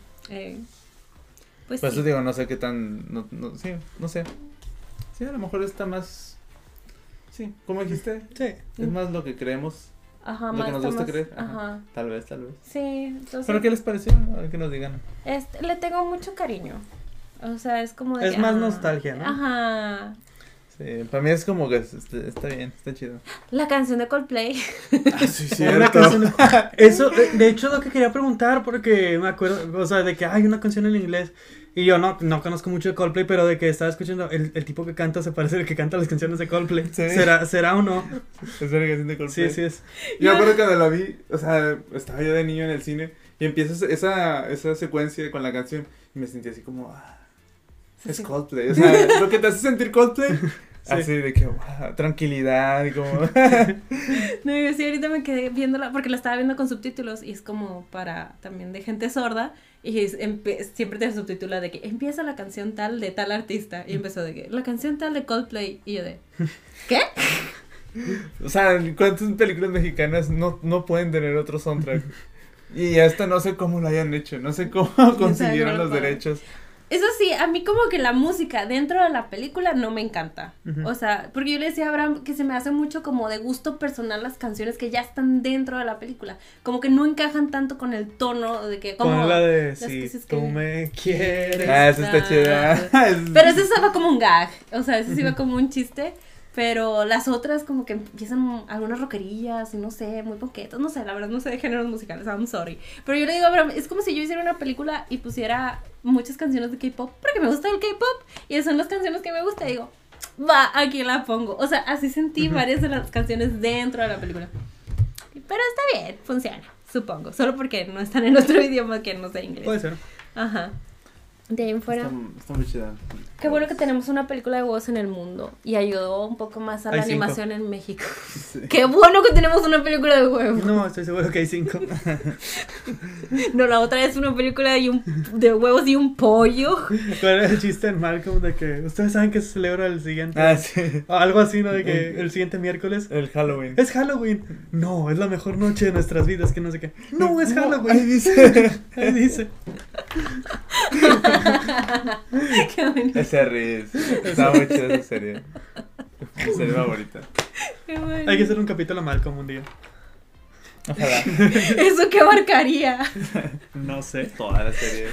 Pues Por sí. eso digo, no sé qué tan... sí, no sé. Sí, a lo mejor está más... Sí, como dijiste, Sí. es más lo que creemos, Ajá, lo más, que nos está gusta más- creer. Ajá. Tal vez. Sí, entonces... ¿Pero qué les pareció? A ver que nos digan. Le tengo mucho cariño. O sea, es como de Es que, más nostalgia, ¿no? Ajá. Sí, para mí es como que está bien, está chido. La canción de Coldplay. Ah, sí, Una canción- Eso, de hecho, es lo que quería preguntar, porque me acuerdo, o sea, de que hay una canción en inglés. Y yo no conozco mucho de Coldplay, pero de que estaba escuchando, el tipo que canta se parece al que canta las canciones de Coldplay. Sí. ¿Será o no? Es la canción de Coldplay. Sí, es. Yo me acuerdo cuando la vi, o sea, estaba yo de niño en el cine y empieza esa secuencia con la canción y me sentí así como, Es Sí. Coldplay, o sea, lo que te hace sentir Coldplay, Sí. así de que, wow, tranquilidad y como... No, yo sí ahorita me quedé viéndola porque la estaba viendo con subtítulos y es como para también de gente sorda y siempre te subtitula de que empieza la canción tal de tal artista y empezó de que la canción tal de Coldplay y yo de ¿qué? O sea, ¿cuántas películas mexicanas no pueden tener otro soundtrack? Y esta no sé cómo lo hayan hecho, no sé cómo consiguieron los derechos. Eso sí, a mí como que la música dentro de la película no me encanta. Ujú. O sea, porque yo le decía a Abraham que se me hace mucho como de gusto personal las canciones que ya están dentro de la película. Como que no encajan tanto con el tono de que como... Con la de las si cosas tú que- me quieres. Ah, eso está chida. Pero ese sí va como un gag, o sea, ese sí va como un chiste, pero las otras como que empiezan algunas rockerillas y no sé, muy poquetas, no sé, la verdad no sé de géneros musicales, I'm sorry. Pero yo le digo a Abraham, es como si yo hiciera una película y pusiera muchas canciones de K-pop, porque me gusta el K-pop y esas son las canciones que me gusta y digo, va, aquí la pongo. O sea, así sentí varias de las canciones dentro de la película. Pero está bien, funciona, supongo, solo porque no están en otro idioma que no sé inglés. Puede ser. Ajá. De ahí en fuera. Está muy chida. Qué bueno que tenemos una película de huevos en el mundo y ayudó un poco más a la Hay 5. animación en México. Sí. Qué bueno que tenemos una película de huevos. No, estoy seguro que hay 5. No, la otra es una película de huevos y un pollo. ¿Cuál era el chiste en Malcolm de que ustedes saben que se celebra el siguiente? Ah, sí. O algo así, ¿no? De que el siguiente miércoles. El Halloween. Es Halloween. No, es la mejor noche de nuestras vidas, que no sé qué. No, es Halloween. Ahí dice. Ahí dice. Qué bueno. Ese risa. Está muy chida esa serie. Mi serie favorita. Qué bueno. Hay que hacer un capítulo a Malcolm un día. Ojalá. ¿Eso qué abarcaría? No sé. Toda la serie.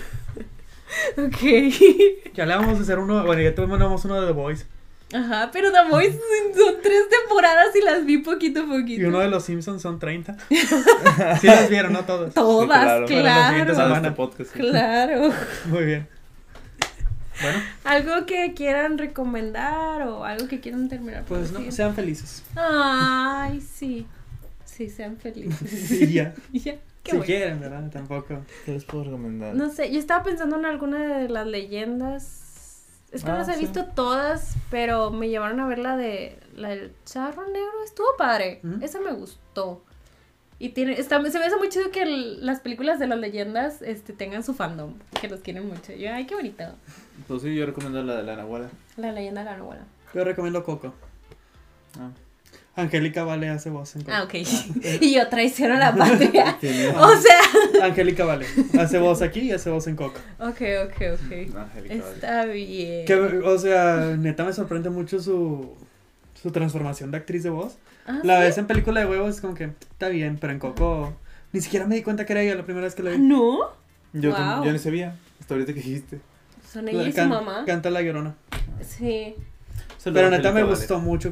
Ok. Ya le vamos a hacer uno. Bueno, ya te mandamos uno de The Boys. Ajá, pero The Voice son 3 temporadas y las vi poquito a poquito. Y uno de los Simpsons son 30. Sí las vieron, ¿no? Todos. Todas, Sí, claro. Bueno, la siguiente claro. semana. Este podcast. Sí. Claro. Muy bien. Bueno, ¿Algo que quieran recomendar o algo que quieran terminar? por pues no, decir? sean felices. Ay, sí. Sí, sean felices. Y ya. Ya, qué Si bueno. quieren, ¿verdad? Tampoco. ¿Qué les puedo recomendar? No sé, yo estaba pensando en alguna de las leyendas. Es que no las he sí. visto todas, pero me llevaron a ver la del Charro Negro. Estuvo padre. Ujú. Esa me gustó. Y se me hace muy chido que las películas de las leyendas tengan su fandom, que los quieren mucho. Yo, ay, qué bonito. Pues sí, yo recomiendo la de la Nahuala. La leyenda de la novela. Yo recomiendo Coco. Ah. Angélica Vale hace voz en Coco. Ah, ok. Y yo traiciono a la patria. Tiene- O sea. Angélica Vale. Hace voz aquí y hace voz en Coco. Ok. No, Angélica Vale. Está bien. Que, o sea, neta me sorprende mucho su transformación de actriz de voz. Ah, La ¿sí? ves en película de huevos es como que está bien, pero en Coco ni siquiera me di cuenta que era ella la primera vez que la Ah, vi. ¿no? Yo Wow. ni sabía. Hasta ahorita que dijiste. Son ella y su mamá. Canta La Llorona. Sí. Solo Pero neta me Angélica Vale. gustó mucho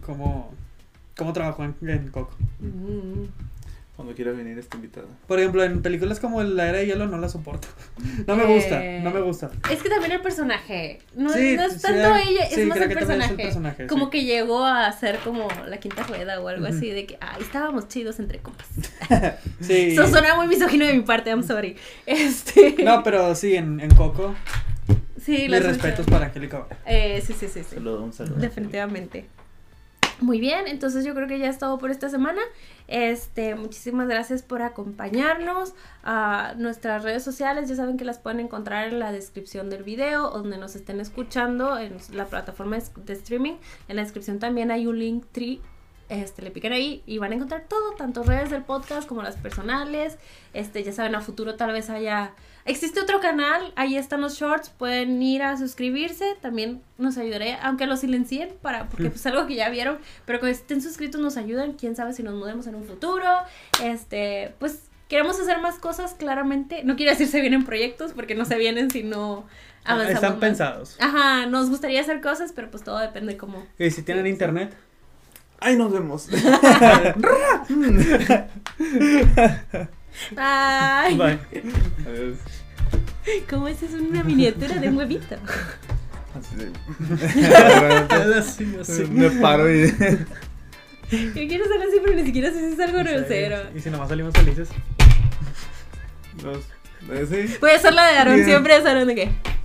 cómo trabajó en Coco. Mm. Cuando quiera venir esta invitada. Por ejemplo, en películas como La Era de Hielo no la soporto. No me gusta. Es que también el personaje. No, Sí, no es sí, tanto ella, sí, es más creo el que también es personaje. el personaje, Como sí. que llegó a ser como la quinta rueda o algo Ujú. así, de que, ay, estábamos chidos entre compas. Sí. Eso suena muy misógino de mi parte, I'm sorry. No, pero sí, en Coco, sí, mis las respetos para Angélica Vale. Sí. Un saludo. Definitivamente. Muy bien, entonces yo creo que ya es todo por esta semana. Muchísimas gracias por acompañarnos. A nuestras redes sociales, ya saben que las pueden encontrar en la descripción del video o donde nos estén escuchando en la plataforma de streaming. En la descripción también hay un link tree. Le pican ahí y van a encontrar todo, tanto redes del podcast como las personales. Ya saben, a futuro tal vez existe otro canal, ahí están los shorts, pueden ir a suscribirse, también nos ayudaría, aunque lo silencien porque pues algo que ya vieron, pero que estén suscritos nos ayudan, quién sabe si nos mudemos en un futuro. Pues queremos hacer más cosas, claramente, no quiero decir se vienen proyectos porque no se vienen si no avanzamos Están más. pensados. Ajá, nos gustaría hacer cosas, pero pues todo depende cómo. Y si tienen internet, ¡Ay, nos vemos! Ay, bye. Adiós. ¿cómo es una miniatura de un huevito? Así de- Así. Me paro y... Yo quiero ser así, pero ni siquiera sé si es algo grosero. Y si nomás salimos felices. Sí. Voy a hacer la de Aaron, Bien. siempre es Aaron de qué.